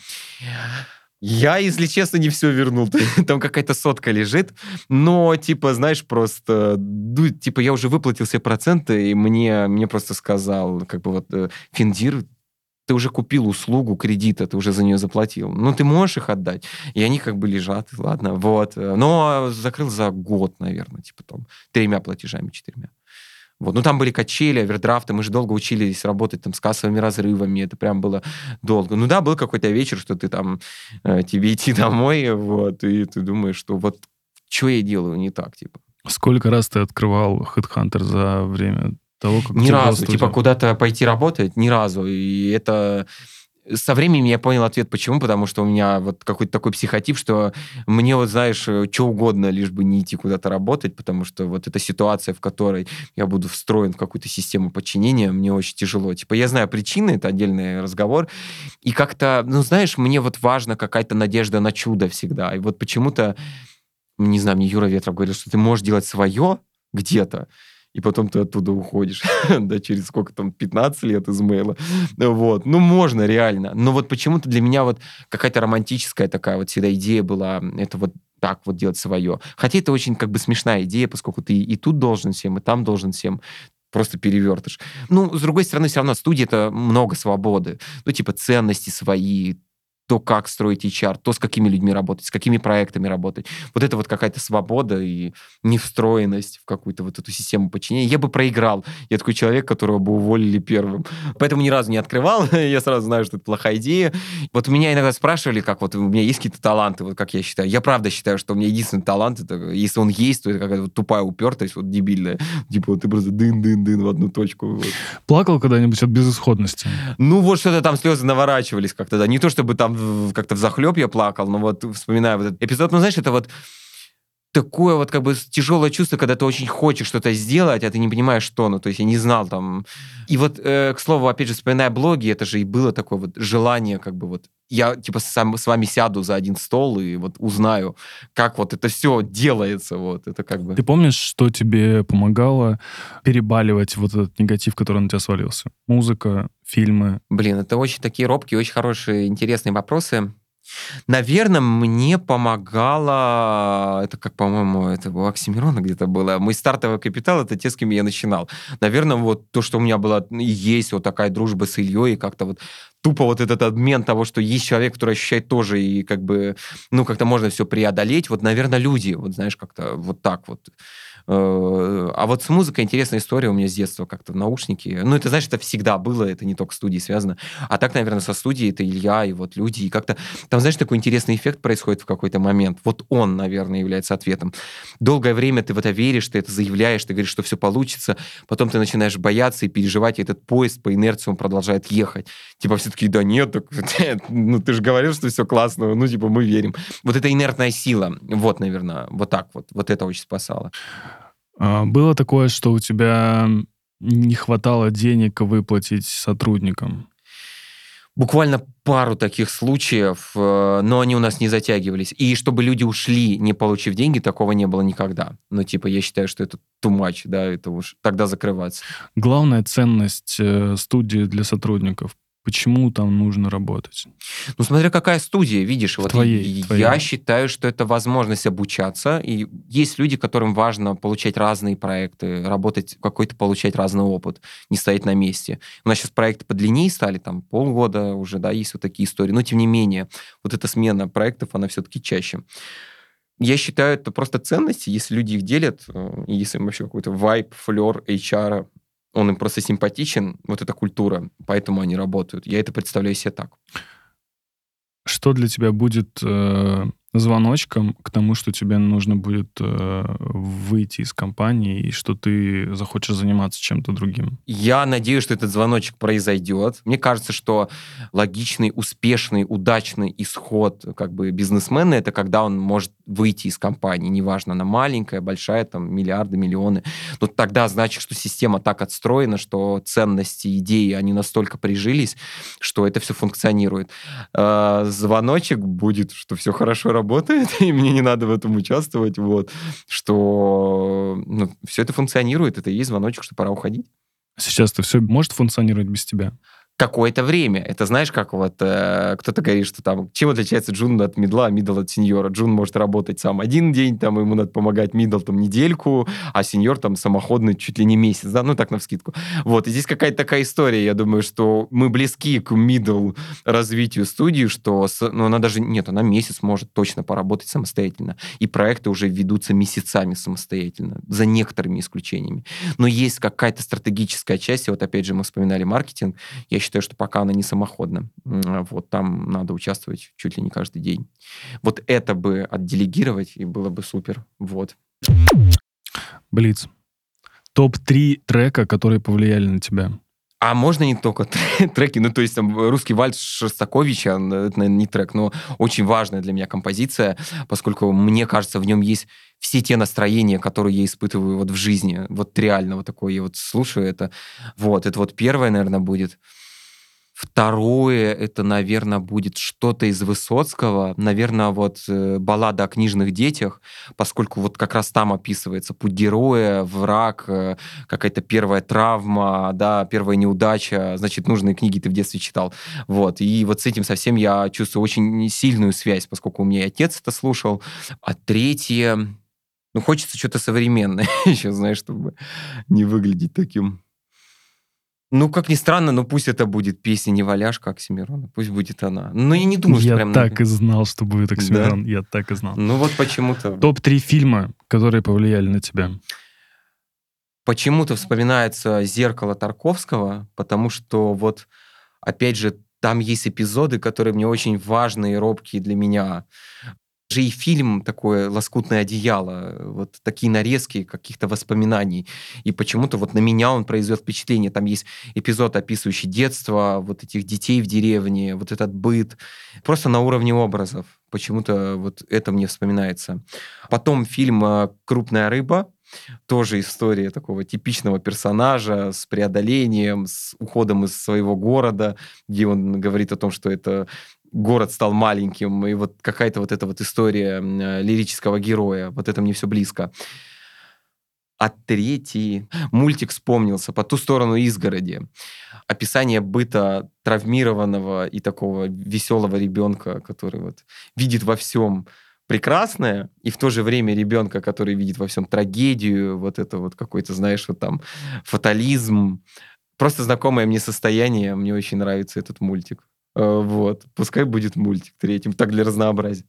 Я, если честно, не все вернул. Там какая-то сотка лежит. Но, типа, знаешь, просто... Ну, типа, я уже выплатил все проценты, и мне, мне просто сказал, как бы вот, Финдир, ты уже купил услугу кредита, ты уже за нее заплатил. Ну, ты можешь их отдать. И они как бы лежат, ладно, вот. Но закрыл за год, наверное, типа там, тремя платежами, четырьмя. Вот. Ну, там были качели, овердрафты, мы же долго учились работать там с кассовыми разрывами, это прям было долго. Ну да, был какой-то вечер, что ты там, э, тебе идти домой, вот, и ты думаешь, что вот что я делаю не так, типа. Сколько раз ты открывал HeadHunter за время того, как... Ни разу, типа куда-то пойти работать, ни разу, и это... Со временем я понял ответ, почему, потому что у меня вот какой-то такой психотип, что мне вот, знаешь, что угодно, лишь бы не идти куда-то работать, потому что вот эта ситуация, в которой я буду встроен в какую-то систему подчинения, мне очень тяжело. Типа я знаю причины, это отдельный разговор, и как-то, ну, знаешь, мне вот важна какая-то надежда на чудо всегда. И вот почему-то, не знаю, мне Юра Ветров говорил, что ты можешь делать свое где-то, и потом ты оттуда уходишь, да, через сколько там, пятнадцать лет из мейла, вот, ну, можно реально, но вот почему-то для меня вот какая-то романтическая такая вот всегда идея была, это вот так вот делать свое, хотя это очень как бы смешная идея, поскольку ты и тут должен всем, и там должен всем, просто перевертыш. Ну, с другой стороны, все равно студия — это много свободы, ну, типа ценности свои, то, как строить эйч ар, то, с какими людьми работать, с какими проектами работать. Вот это вот какая-то свобода и невстроенность в какую-то вот эту систему подчинения. Я бы проиграл. Я такой человек, которого бы уволили первым. Поэтому ни разу не открывал. Я сразу знаю, что это плохая идея. Вот меня иногда спрашивали, как вот у меня есть какие-то таланты, вот как я считаю. Я правда считаю, что у меня единственный талант, это, если он есть, то это какая-то вот тупая упертость, вот дебильная. Типа вот ты просто дын-дын-дын в одну точку. Вот. Плакал когда-нибудь от безысходности? Ну вот что-то там слезы наворачивались как-то, да. Не то чтобы там как-то взахлеб я плакал, но вот вспоминаю вот этот эпизод, ну, знаешь, это вот такое вот как бы тяжелое чувство, когда ты очень хочешь что-то сделать, а ты не понимаешь, что. Ну, то есть я не знал там. И вот, э, к слову, опять же, вспоминая блоги, это же и было такое вот желание, как бы вот я типа сам, с вами сяду за один стол и вот узнаю, как вот это все делается. Вот это как бы... Ты помнишь, что тебе помогало перебаливать вот этот негатив, который на тебя свалился? Музыка, фильмы? Блин, это очень такие робкие, очень хорошие, интересные вопросы. Наверное, мне помогало, это как, по-моему, это у Оксимирона где-то было, мой стартовый капитал — это те, с кем я начинал. Наверное, вот то, что у меня была и есть вот такая дружба с Ильей, и как-то вот тупо вот этот обмен того, что есть человек, который ощущает тоже, и как бы, ну, как-то можно все преодолеть. Вот, наверное, люди, вот знаешь, как-то вот так вот. А вот с музыкой интересная история у меня с детства как-то в наушнике. Ну, это, знаешь, это всегда было, это не только с студией связано. А так, наверное, со студией это Илья и вот люди. И как-то там, знаешь, такой интересный эффект происходит в какой-то момент. Вот он, наверное, является ответом. Долгое время ты в это веришь, ты это заявляешь, ты говоришь, что все получится. Потом ты начинаешь бояться и переживать, и этот поезд по инерции он продолжает ехать. Типа все такие, да нет, так, ну ты же говорил, что все классно, ну типа мы верим. Вот эта инертная сила, вот, наверное, вот так вот. Вот это очень спасало. А, было такое, что у тебя не хватало денег выплатить сотрудникам? Буквально пару таких случаев, но они у нас не затягивались. И чтобы люди ушли, не получив деньги, такого не было никогда. Ну, типа, я считаю, что это too much, да, это уж тогда закрываться. Главная ценность э, студии для сотрудников. Почему там нужно работать? Ну, смотря какая студия, видишь, В вот твоей, я твоей. считаю, что это возможность обучаться, и есть люди, которым важно получать разные проекты, работать, какой-то получать разный опыт, не стоять на месте. У нас сейчас проекты подлиннее стали, там, полгода уже, да, есть вот такие истории, но тем не менее, вот эта смена проектов, она все-таки чаще. Я считаю, это просто ценности, если люди их делят, и если им вообще какой-то вайб, флер, эйч ар, он им просто симпатичен, вот эта культура, поэтому они работают. Я это представляю себе так. Что для тебя будет э, звоночком к тому, что тебе нужно будет э, выйти из компании и что ты захочешь заниматься чем-то другим? Я надеюсь, что этот звоночек произойдет. Мне кажется, что логичный, успешный, удачный исход как бы бизнесмена — это когда он может выйти из компании. Неважно, она маленькая, большая, там, миллиарды, миллионы. Но тогда значит, что система так отстроена, что ценности, идеи, они настолько прижились, что это все функционирует. Звоночек будет, что все хорошо работает, и мне не надо в этом участвовать, вот, что ну, все это функционирует, это и есть звоночек, что пора уходить. Сейчас-то все может функционировать без тебя? Какое-то время. Это знаешь, как вот э, кто-то говорит, что там, чем отличается джун от мидла, а мидл от сеньора. Джун может работать сам один день, там ему надо помогать, мидл там недельку, а сеньор там самоходный чуть ли не месяц, да, ну так навскидку. Вот, и здесь какая-то такая история, я думаю, что мы близки к мидл развитию студии, что, с, ну, она даже, нет, она месяц может точно поработать самостоятельно, и проекты уже ведутся месяцами самостоятельно, за некоторыми исключениями. Но есть какая-то стратегическая часть, и вот опять же мы вспоминали маркетинг, я считаю, считаю, что пока она не самоходна. Вот там надо участвовать чуть ли не каждый день. Вот это бы отделегировать, и было бы супер. Вот. Блиц. топ три трека, которые повлияли на тебя. А можно не только треки, ну, то есть там «Русский вальс» Шостаковича, это, наверное, не трек, но очень важная для меня композиция, поскольку, мне кажется, в нем есть все те настроения, которые я испытываю вот в жизни. Вот реально вот такое, я вот слушаю это. Вот, это вот первое, наверное, будет. Второе, это, наверное, будет что-то из Высоцкого. Наверное, вот э, баллада о книжных детях, поскольку вот как раз там описывается путь героя, враг, э, какая-то первая травма, да, первая неудача. Значит, нужные книги ты в детстве читал. Вот. И вот с этим совсем я чувствую очень сильную связь, поскольку у меня и отец это слушал. А третье... Ну, хочется что-то современное еще, знаешь, чтобы не выглядеть таким... Ну, как ни странно, но пусть это будет песня «Неваляшка» Оксимирона. Пусть будет она. Но я не думаю, что Я прям... так и знал, что будет Оксимирон. Да? Я так и знал. Ну, вот почему-то... топ три фильма, которые повлияли на тебя. Почему-то вспоминается «Зеркало» Тарковского, потому что вот, опять же, там есть эпизоды, которые мне очень важны и робкие для меня. же и фильм такое лоскутное одеяло, вот такие нарезки каких-то воспоминаний. И почему-то вот на меня он произвел впечатление. Там есть эпизод, описывающий детство, вот этих детей в деревне, вот этот быт. Просто на уровне образов. Почему-то вот это мне вспоминается. Потом фильм «Крупная рыба». Тоже история такого типичного персонажа с преодолением, с уходом из своего города, где он говорит о том, что это город стал маленьким, и вот какая-то вот эта вот история лирического героя. Вот это мне все близко. А третий мультик вспомнился «По ту сторону изгороди». Описание быта травмированного и такого веселого ребенка, который вот видит во всем прекрасное, и в то же время ребенка, который видит во всем трагедию, вот это вот какой-то, знаешь, вот там фатализм. Просто знакомое мне состояние, мне очень нравится этот мультик. Вот. Пускай будет мультик третьим, так для разнообразия.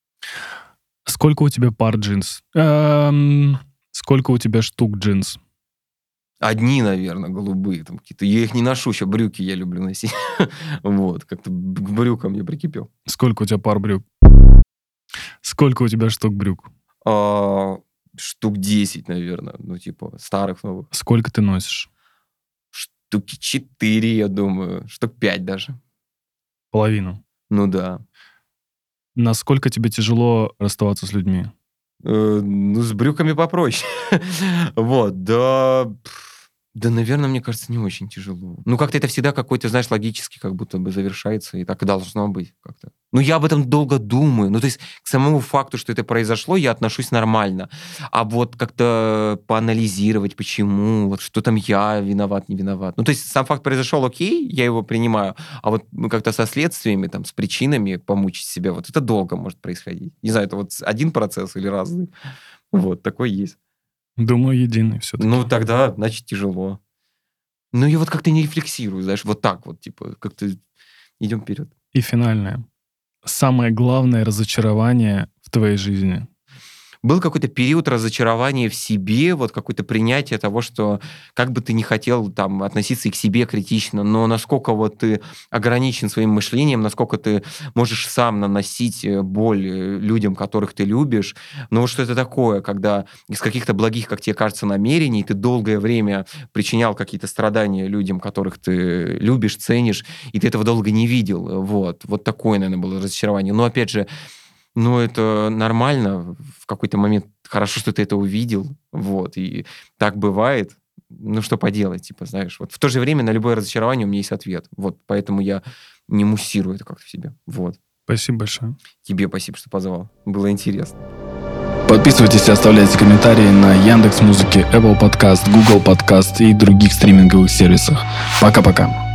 Сколько у тебя пар джинс? Эм, сколько у тебя штук джинс? Одни, наверное, голубые там какие-то. Я их не ношу, еще брюки я люблю носить. Вот, как-то к брюкам я прикипел. Сколько у тебя пар брюк? Сколько у тебя штук брюк? А, штук десять, наверное. Ну, типа, старых, новых. Сколько ты носишь? Штуки четыре, я думаю. Штук пять даже. Половину? Ну да. Насколько тебе тяжело расставаться с людьми? Э, ну, с брюками попроще. Вот, да... Да, наверное, мне кажется, не очень тяжело. Ну, как-то это всегда какой-то, знаешь, логически как будто бы завершается, и так и должно быть как-то. Ну, я об этом долго думаю. Ну, то есть к самому факту, что это произошло, я отношусь нормально. А вот как-то поанализировать, почему, вот что там я виноват, не виноват. Ну, то есть сам факт произошел, окей, я его принимаю, а вот ну, как-то со следствиями, там, с причинами помучить себя, вот это долго может происходить. Не знаю, это вот один процесс или разный. Вот, такой есть. Думаю, единый все-таки. Ну, тогда, значит, тяжело. Ну, я вот как-то не рефлексирую, знаешь, вот так вот, типа, как-то идем вперед. И финальное. Самое главное разочарование в твоей жизни? Был какой-то период разочарования в себе, вот какое-то принятие того, что как бы ты ни хотел там относиться и к себе критично, но насколько вот ты ограничен своим мышлением, насколько ты можешь сам наносить боль людям, которых ты любишь. Ну вот что это такое, когда из каких-то благих, как тебе кажется, намерений ты долгое время причинял какие-то страдания людям, которых ты любишь, ценишь, и ты этого долго не видел. Вот, вот такое, наверное, было разочарование. Но опять же, ну, это нормально. В какой-то момент хорошо, что ты это увидел. Вот. И так бывает. Ну, что поделать, типа, знаешь. Вот. В то же время на любое разочарование у меня есть ответ. Вот. Поэтому я не муссирую это как-то в себе. Вот. Спасибо большое. Тебе спасибо, что позвал. Было интересно. Подписывайтесь и оставляйте комментарии на Яндекс.Музыке, Apple Podcast, Google Podcast и других стриминговых сервисах. Пока-пока.